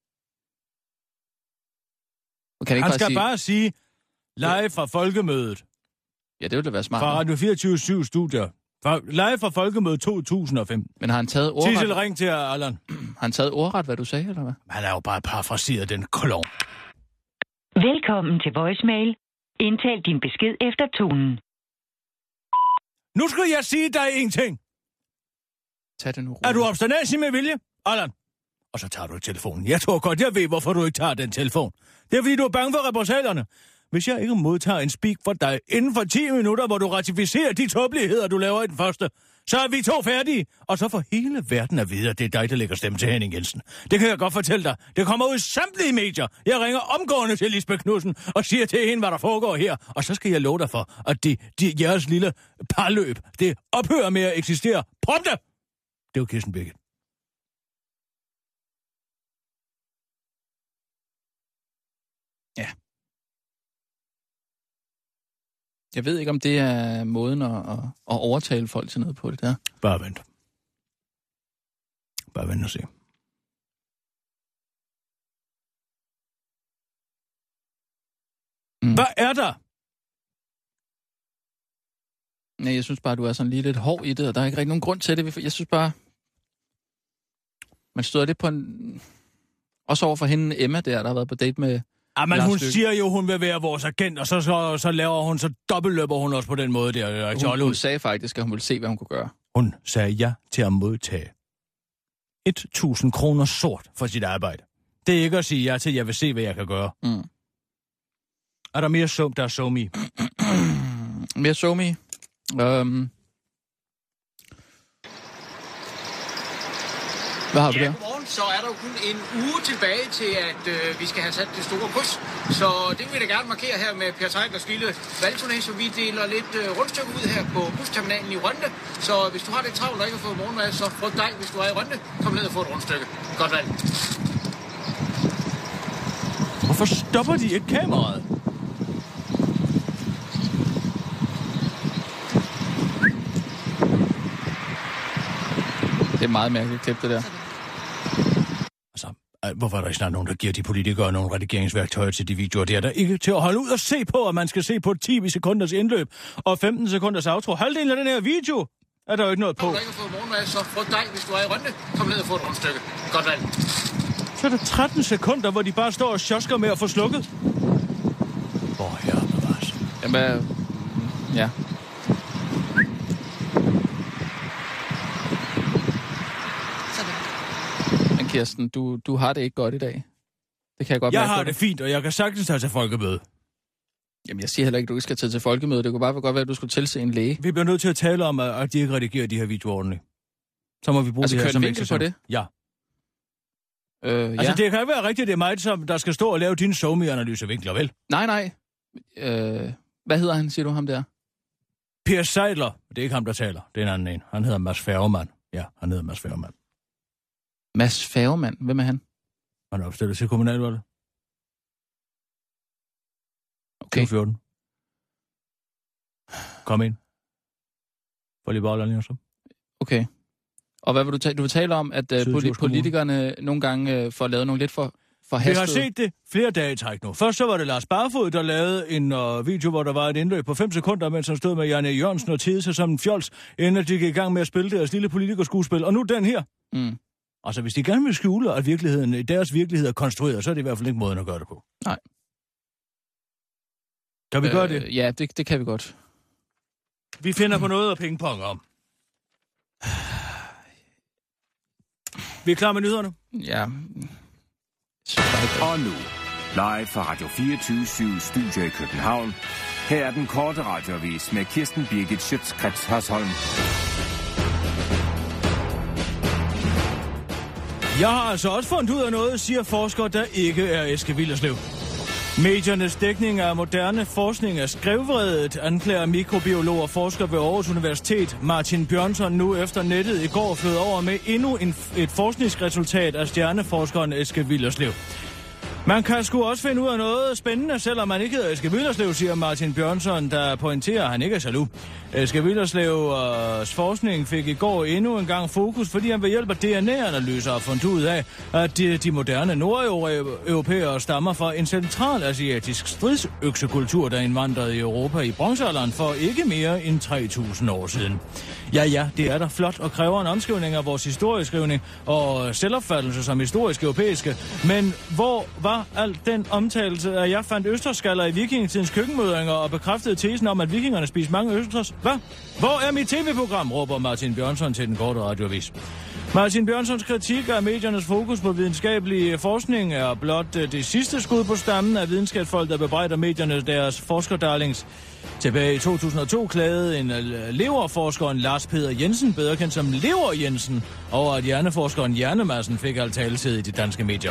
Han skal bare sige live fra Folkemødet. Ja, det ville da være smart. Fra Radio 24/7 studier. Live fra Folkemødet 2015. Men har han taget ordret? Sissel, ring til Allan. Har han taget ordret, hvad du sagde, eller hvad? Han er jo bare parafraseret, den kolon. Velkommen til voicemail. Indtal din besked efter tonen. Nu skal jeg sige dig en ting. Tag det nu. Er du obstinatig med vilje, Allan? Og så tager du telefonen. Jeg tror godt, jeg ved, hvorfor du ikke tager den telefon. Det er, fordi du er bange for repressalerne. Hvis jeg ikke modtager en speak fra dig inden for 10 minutter, hvor du ratificerer de tåbeligheder, du laver i den første, så er vi 2 færdige. Og så får hele verden at vide, at det er dig, der lægger stemme til Henning Jensen. Det kan jeg godt fortælle dig. Det kommer ud i samtlige medier. Jeg ringer omgående til Lisbeth Knudsen og siger til hende, hvad der foregår her. Og så skal jeg love dig for, at jeres lille parløb, det ophører med at eksistere. Prompte! Det var Kirsten Birgit. Ja. Jeg ved ikke, om det er måden at overtale folk til noget på det der. Bare vent. Bare vent og se. Hvad er der? Nej, jeg synes bare, du er sådan lige lidt hård i det, og der er ikke rigtig nogen grund til det. Jeg synes bare, man støder lidt på en... Også over for hende Emma der har været på date med Men hun siger jo, hun vil være vores agent, og så laver hun, så dobbeltløber hun også på den måde der. Hun sagde faktisk, at hun ville se, hvad hun kunne gøre. Hun sagde ja til at modtage 1.000 kroner sort for sit arbejde. Det er ikke at sige ja til, at jeg vil se, hvad jeg kan gøre. Mm. Er der mere der er SoMe? Mere SoMe? Hvad har vi der? Godmorgen. Så er der jo kun en uge tilbage til, at vi skal have sat det store kryds. Så det vil vi da gerne markere her med Per Teitlers lille valgturné, så vi deler lidt rundstykke ud her på busterminalen i Rønde. Så hvis du har det travlt og ikke har fået morgenmad, så frygt dig, hvis du er i Rønde. Kom ned og få et rundstykke. Godt valg. Hvorfor stopper de ikke kameraet? Det er meget mærkeligt klip, det der. Altså, hvorfor er der ikke snart nogen, der giver de politikere nogle redigeringsværktøjer til de videoer? Det er der ikke til at holde ud og se på, at man skal se på 10 sekunders indløb og 15 sekunders outro. Halvdelen af den her video er der jo ikke noget på. Hvis du ikke har fået morgenmad, så frygt dig, hvis du er i Rønde. Kom ned og få et rundstykke. Godt valg. Så er der 13 sekunder, hvor de bare står og sjosker med at få slukket. Hvor herre bevares. Jamen, ja. Men Kirsten, du har det ikke godt i dag. Det kan jeg godt mærke. Jeg har det fint, og jeg kan sagtens tage til folkemøde. Jamen, jeg siger heller ikke, at du ikke skal tage til folkemøde. Det kunne bare godt være, at du skulle tilse en læge. Vi bliver nødt til at tale om, at de ikke redigerer de her videoer ordentligt. Så må vi bruge det her som vinkel på det? Ja. Altså, det kan ikke være rigtigt, det er mig, som der skal stå og lave dine SoMe-analysevinkler, vel? Nej. Hvad hedder han, siger du ham der? Per Seidler. Det er ikke ham, der taler. Det er en anden en. Han hedder Mads Færgemann. Ja, han hedder Mads Færgemann. Mads Færgemann? Hvem er han? Han er opstillet til kommunalvalget. Okay. 14. Kom ind. For Liberal Alliance. Okay. Og hvad vil du vil tale om, at politikerne nogle gange får lavet nogle lidt for hastede... Vi har set det flere dage i træk nu. Først så var det Lars Barfod, der lavede en video, hvor der var et indløb på 5 sekunder, mens han stod med Janne Jørgensen og tidede sig som en fjols, inden de gik i gang med at spille deres lille politikerskuespil. Og nu den her. Mm. Altså, hvis de gerne vil skjule, at deres virkelighed er konstrueret, så er det i hvert fald ikke måden at gøre det på. Nej. Kan vi gøre det? Ja, det kan vi godt. Vi finder på noget at pingpong om. Vi er klar med nyhederne? Ja. Og nu, live fra Radio 24/7 Studio i København. Her er den korte radioavis med Kirsten Birgit Schøtz-Krets Hørsholm. Jeg har altså også fundet ud af noget, siger forskere, der ikke er Eske Willerslev. Mediernes dækning af moderne forskning er skrevvredet, anklager mikrobiolog og forsker ved Aarhus Universitet Martin Bjørnsson nu efter nettet i går flød over med endnu et forskningsresultat af stjerneforskeren Eske Willerslev. Man kan sgu også finde ud af noget spændende, selvom man ikke hedder Eske Willerslev, siger Martin Bjørnsson, der pointerer, at han ikke er jaloux. Eske Willerslevs forskning fik i går endnu en gang fokus, fordi han ved hjælp af DNA-analyser har fundet ud af, at de moderne nordeuropæere stammer fra en centralasiatisk stridsøksekultur, der indvandrede i Europa i bronzealderen for ikke mere end 3.000 år siden. Ja, det er da flot og kræver en omskrivning af vores historieskrivning og selvopfattelse som historisk europæiske. Men hvor var al den omtalelse, at jeg fandt østerskaller i vikingetidens køkkenmødringer og bekræftede tesen om, at vikingerne spiste mange østers? Hvad? Hvor er mit tv-program, råber Martin Bjørnsson til den korte radioavis. Martin Bjørnssons kritik af mediernes fokus på videnskabelig forskning er blot det sidste skud på stammen af videnskabsfolk, der bebrejder medierne deres forskerdarlings. Tilbage i 2002 klagede en leverforskeren Lars Peder Jensen, bedre kendt som Lever Jensen, over at hjerneforskeren Hjernemassen fik al taletid i de danske medier.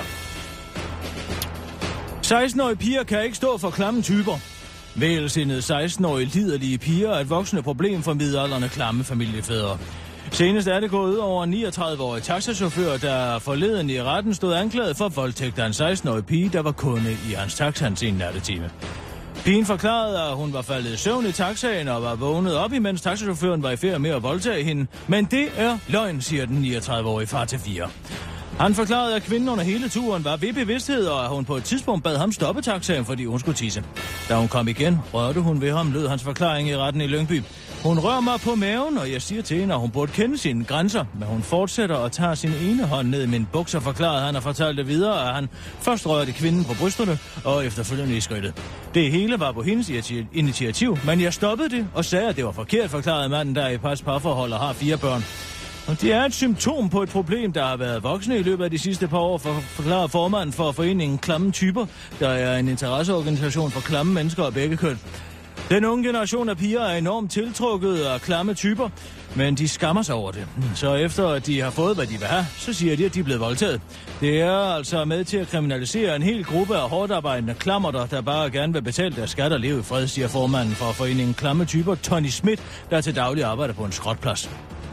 16-årige piger kan ikke stå for klamme typer. Vælsindede 16-årige liderlige piger er et voksende problem for midaldrende klamme familiefædre. Senest er det gået ud over en 39-årig taxachauffør, der forleden i retten stod anklaget for voldtægt af en 16-årig pige, der var kunde i hans taxa en sen nattetime. Pigen forklarede, at hun var faldet i søvn i taxaen og var vågnet op, imens taxachaufføren var i færd med at voldtage hende. Men det er løgn, siger den 39-årige far til 4. Han forklarede, at kvinden under hele turen var ved bevidsthed, og at hun på et tidspunkt bad ham stoppe taxaen, fordi hun skulle tisse. Da hun kom igen, rørte hun ved ham, lød hans forklaring i retten i Lyngby. Hun rører mig på maven, og jeg siger til hende, at hun burde kende sine grænser. Men hun fortsætter og tager sin ene hånd ned i min bukser, forklarede han og fortalte videre, at han først rørte kvinden på brysterne og efterfølgende i skridtet. Det hele var på hendes initiativ, men jeg stoppede det og sagde, at det var forkert, forklarede manden, der i parforhold og har 4 børn. Og det er et symptom på et problem, der har været voksende i løbet af de sidste par år, forklarer formanden for foreningen Klamme Typer, der er en interesseorganisation for klamme mennesker og begge køn. Den unge generation af piger er enormt tiltrukket af klamme typer, men de skammer sig over det. Så efter at de har fået, hvad de vil have, så siger de, at de er blevet voldtaget. Det er altså med til at kriminalisere en hel gruppe af hårdarbejdende klammerter, der bare gerne vil betale deres skat og leve i fred, siger formanden for foreningen Klamme Typer, Tony Schmidt, der til daglig arbejder på en skrotplads.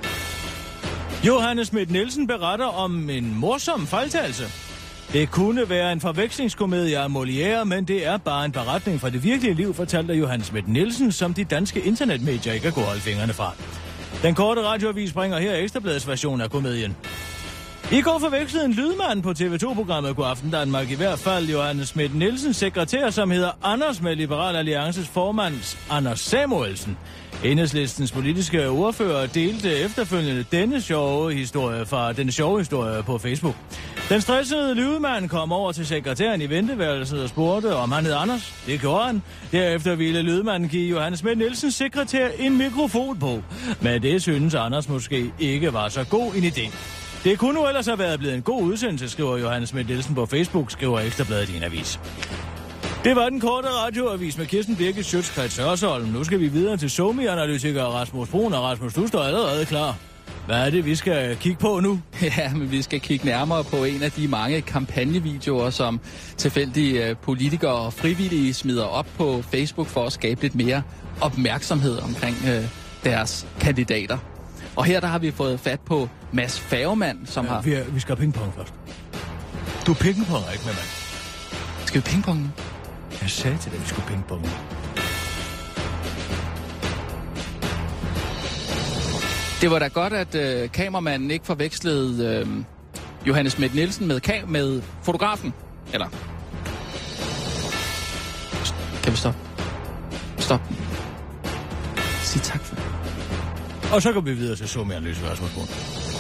Johannes Schmidt Nielsen beretter om en morsom fejltagelse. Det kunne være en forvekslingskomedie af Molière, men det er bare en beretning fra det virkelige liv, fortalte Johannes Schmidt Nielsen, som de danske internetmedier ikke kan gå holde fingrene fra. Den korte radioavis bringer her Ekstrabladets version af komedien. I går forvekslede en lydmand på TV2-programmet Godaften Danmark, i hvert fald Johannes Schmidt Nielsens sekretær, som hedder Anders med Liberal Alliances formand Anders Samuelsen. Enhedslistens politiske ordfører delte efterfølgende denne sjove historie på Facebook. Den stressede lydmand kom over til sekretæren i venteværelset og spurgte, om han hed Anders. Det gjorde han. Derefter ville lydmanden give Johannes Schmidt Nielsens sekretær en mikrofon på. Men det synes Anders måske ikke var så god en idé. Det kunne nu ellers have været blevet en god udsendelse, skriver Johannes Schmidt Nielsen på Facebook, skriver Ekstrabladet i en avis. Det var den korte radioavis med Kirsten Birgit Schøtz-Krets Hørsholm. Nu skal vi videre til SoMe-analytiker Rasmus Brun, og Rasmus, du står allerede klar. Hvad er det, vi skal kigge på nu? Ja, men vi skal kigge nærmere på en af de mange kampagnevideoer, som tilfældige politikere og frivillige smider op på Facebook for at skabe lidt mere opmærksomhed omkring deres kandidater. Og her der har vi fået fat på Mads Færgemand, som har... Vi skal pingpong først. Du pingponger ikke med mand. Skal vi pingponge? Jeg sagde til dig, at vi skulle pingponge. Det var da godt, at kameramanden ikke forvekslede Johannes Schmidt Nielsen med fotografen. Eller... Kan vi stoppe? Stop. Sig tak for det. Og så går vi videre til SoMe-analyse, Rasmus Brun.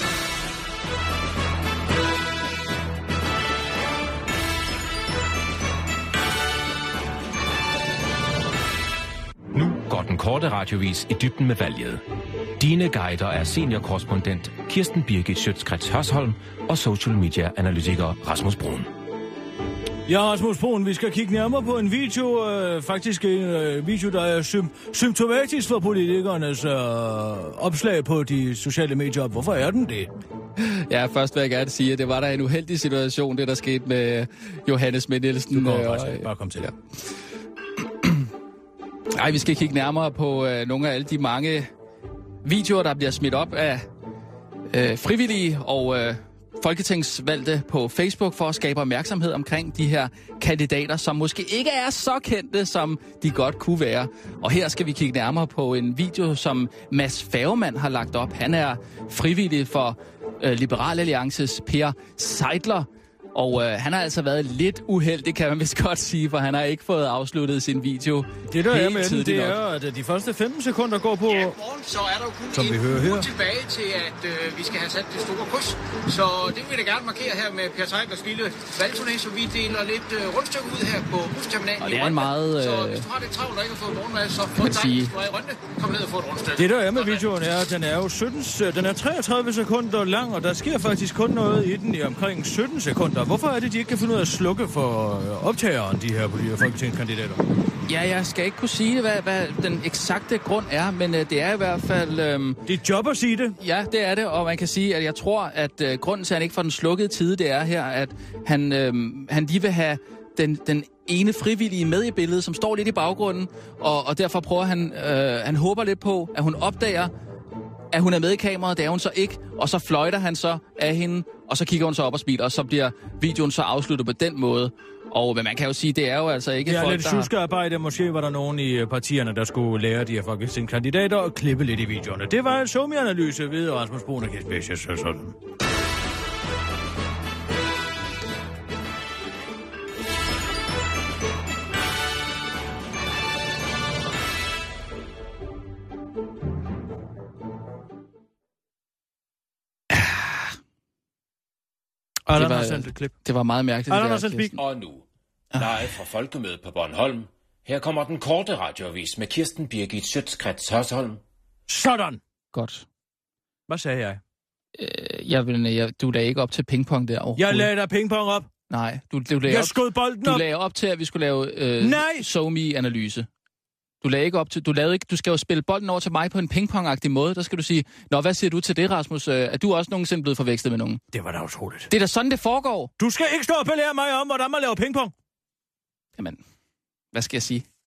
Nu går den korte radiovis i dybden med valget. Dine guider er seniorkorrespondent Kirsten Birgit Schøtz-Krets Hørsholm og social media-analytiker Rasmus Brun. Ja, Rasmus Brun, vi skal kigge nærmere på en video, faktisk en video, der er symptomatisk for politikernes opslag på de sociale medier. Hvorfor er den det? Ja, først vil jeg gerne sige, at det var der en uheldig situation, det der skete med Johannes Schmidt Nielsen. Du går bare kom til. Ja. Nej, vi skal kigge nærmere på nogle af alle de mange videoer, der bliver smidt op af frivillige og folketingsvalgte på Facebook for at skabe opmærksomhed omkring de her kandidater, som måske ikke er så kendte, som de godt kunne være. Og her skal vi kigge nærmere på en video, som Mads Færgemand har lagt op. Han er frivillig for Liberal Alliances Per Seidler. Og han har altså været lidt uheldig, kan man vist godt sige, for han har ikke fået afsluttet sin video. Det der er med den, det er, at de første 15 sekunder går på, ja, så er der jo kun som vi hører her, tilbage til, at vi skal have sat det store kryds. Så det vil jeg gerne markere her med Per Seitlers lille valgturné, så vi deler lidt rundstykke ud her på busterminalen. Og det er en meget... Så hvis du har det travlt og ikke har fået morgenmad, så få dig i Rønne, kom ned og få et rundstykke. Det der er med videoen er, at den er jo 33 sekunder lang, og der sker faktisk kun noget i den i omkring 17 sekunder. Hvorfor er det, de ikke kan finde ud af at slukke for optageren, de her folketingskandidater? Ja, jeg skal ikke kunne sige, hvad den eksakte grund er, men det er i hvert fald... Det er job at sige det. Ja, det er det, og man kan sige, at jeg tror, at grunden til, at han ikke får den slukkede tide, det er her, at han lige vil have den ene frivillige med i billedet, som står lidt i baggrunden, og derfor prøver han håber lidt på, at hun opdager, at hun er med i kameraet, det er hun så ikke, og så fløjter han så af hende, og så kigger hun så op og smiler, og så bliver videoen så afsluttet på den måde. Og men man kan jo sige, det er jo altså ikke folk, der... Ja, lidt suskearbejde. Måske var der nogen i partierne, der skulle lære de her folketingskandidater og klippe lidt i videoerne. Det var en SoMe-analyse ved Rasmus Brun og Kirsten sådan. Allan har sendt et klip. Det var meget mærkeligt. Allan har sendt speak. Og nu, live fra Folkemødet på Bornholm. Her kommer den korte radioavis med Kirsten Birgit Schøtz-Krets Hørsholm. Sådan! Godt. Hvad sagde jeg? Du lagde ikke op til pingpong der overhovedet. Jeg lagde der pingpong op. Nej, du lagde bolden op. Du lagde op til, at vi skulle lave SoMe-analyse. Du lagde ikke op til... Du skal jo spille bolden over til mig på en pingpong-agtig måde. Der skal du sige, nå, hvad siger du til det, Rasmus? Er du også nogensinde blevet forvekslet med nogen? Det var da utroligt. Det er da sådan, det foregår. Du skal ikke stå og belære mig om, hvordan man laver pingpong. Jamen, hvad skal jeg sige?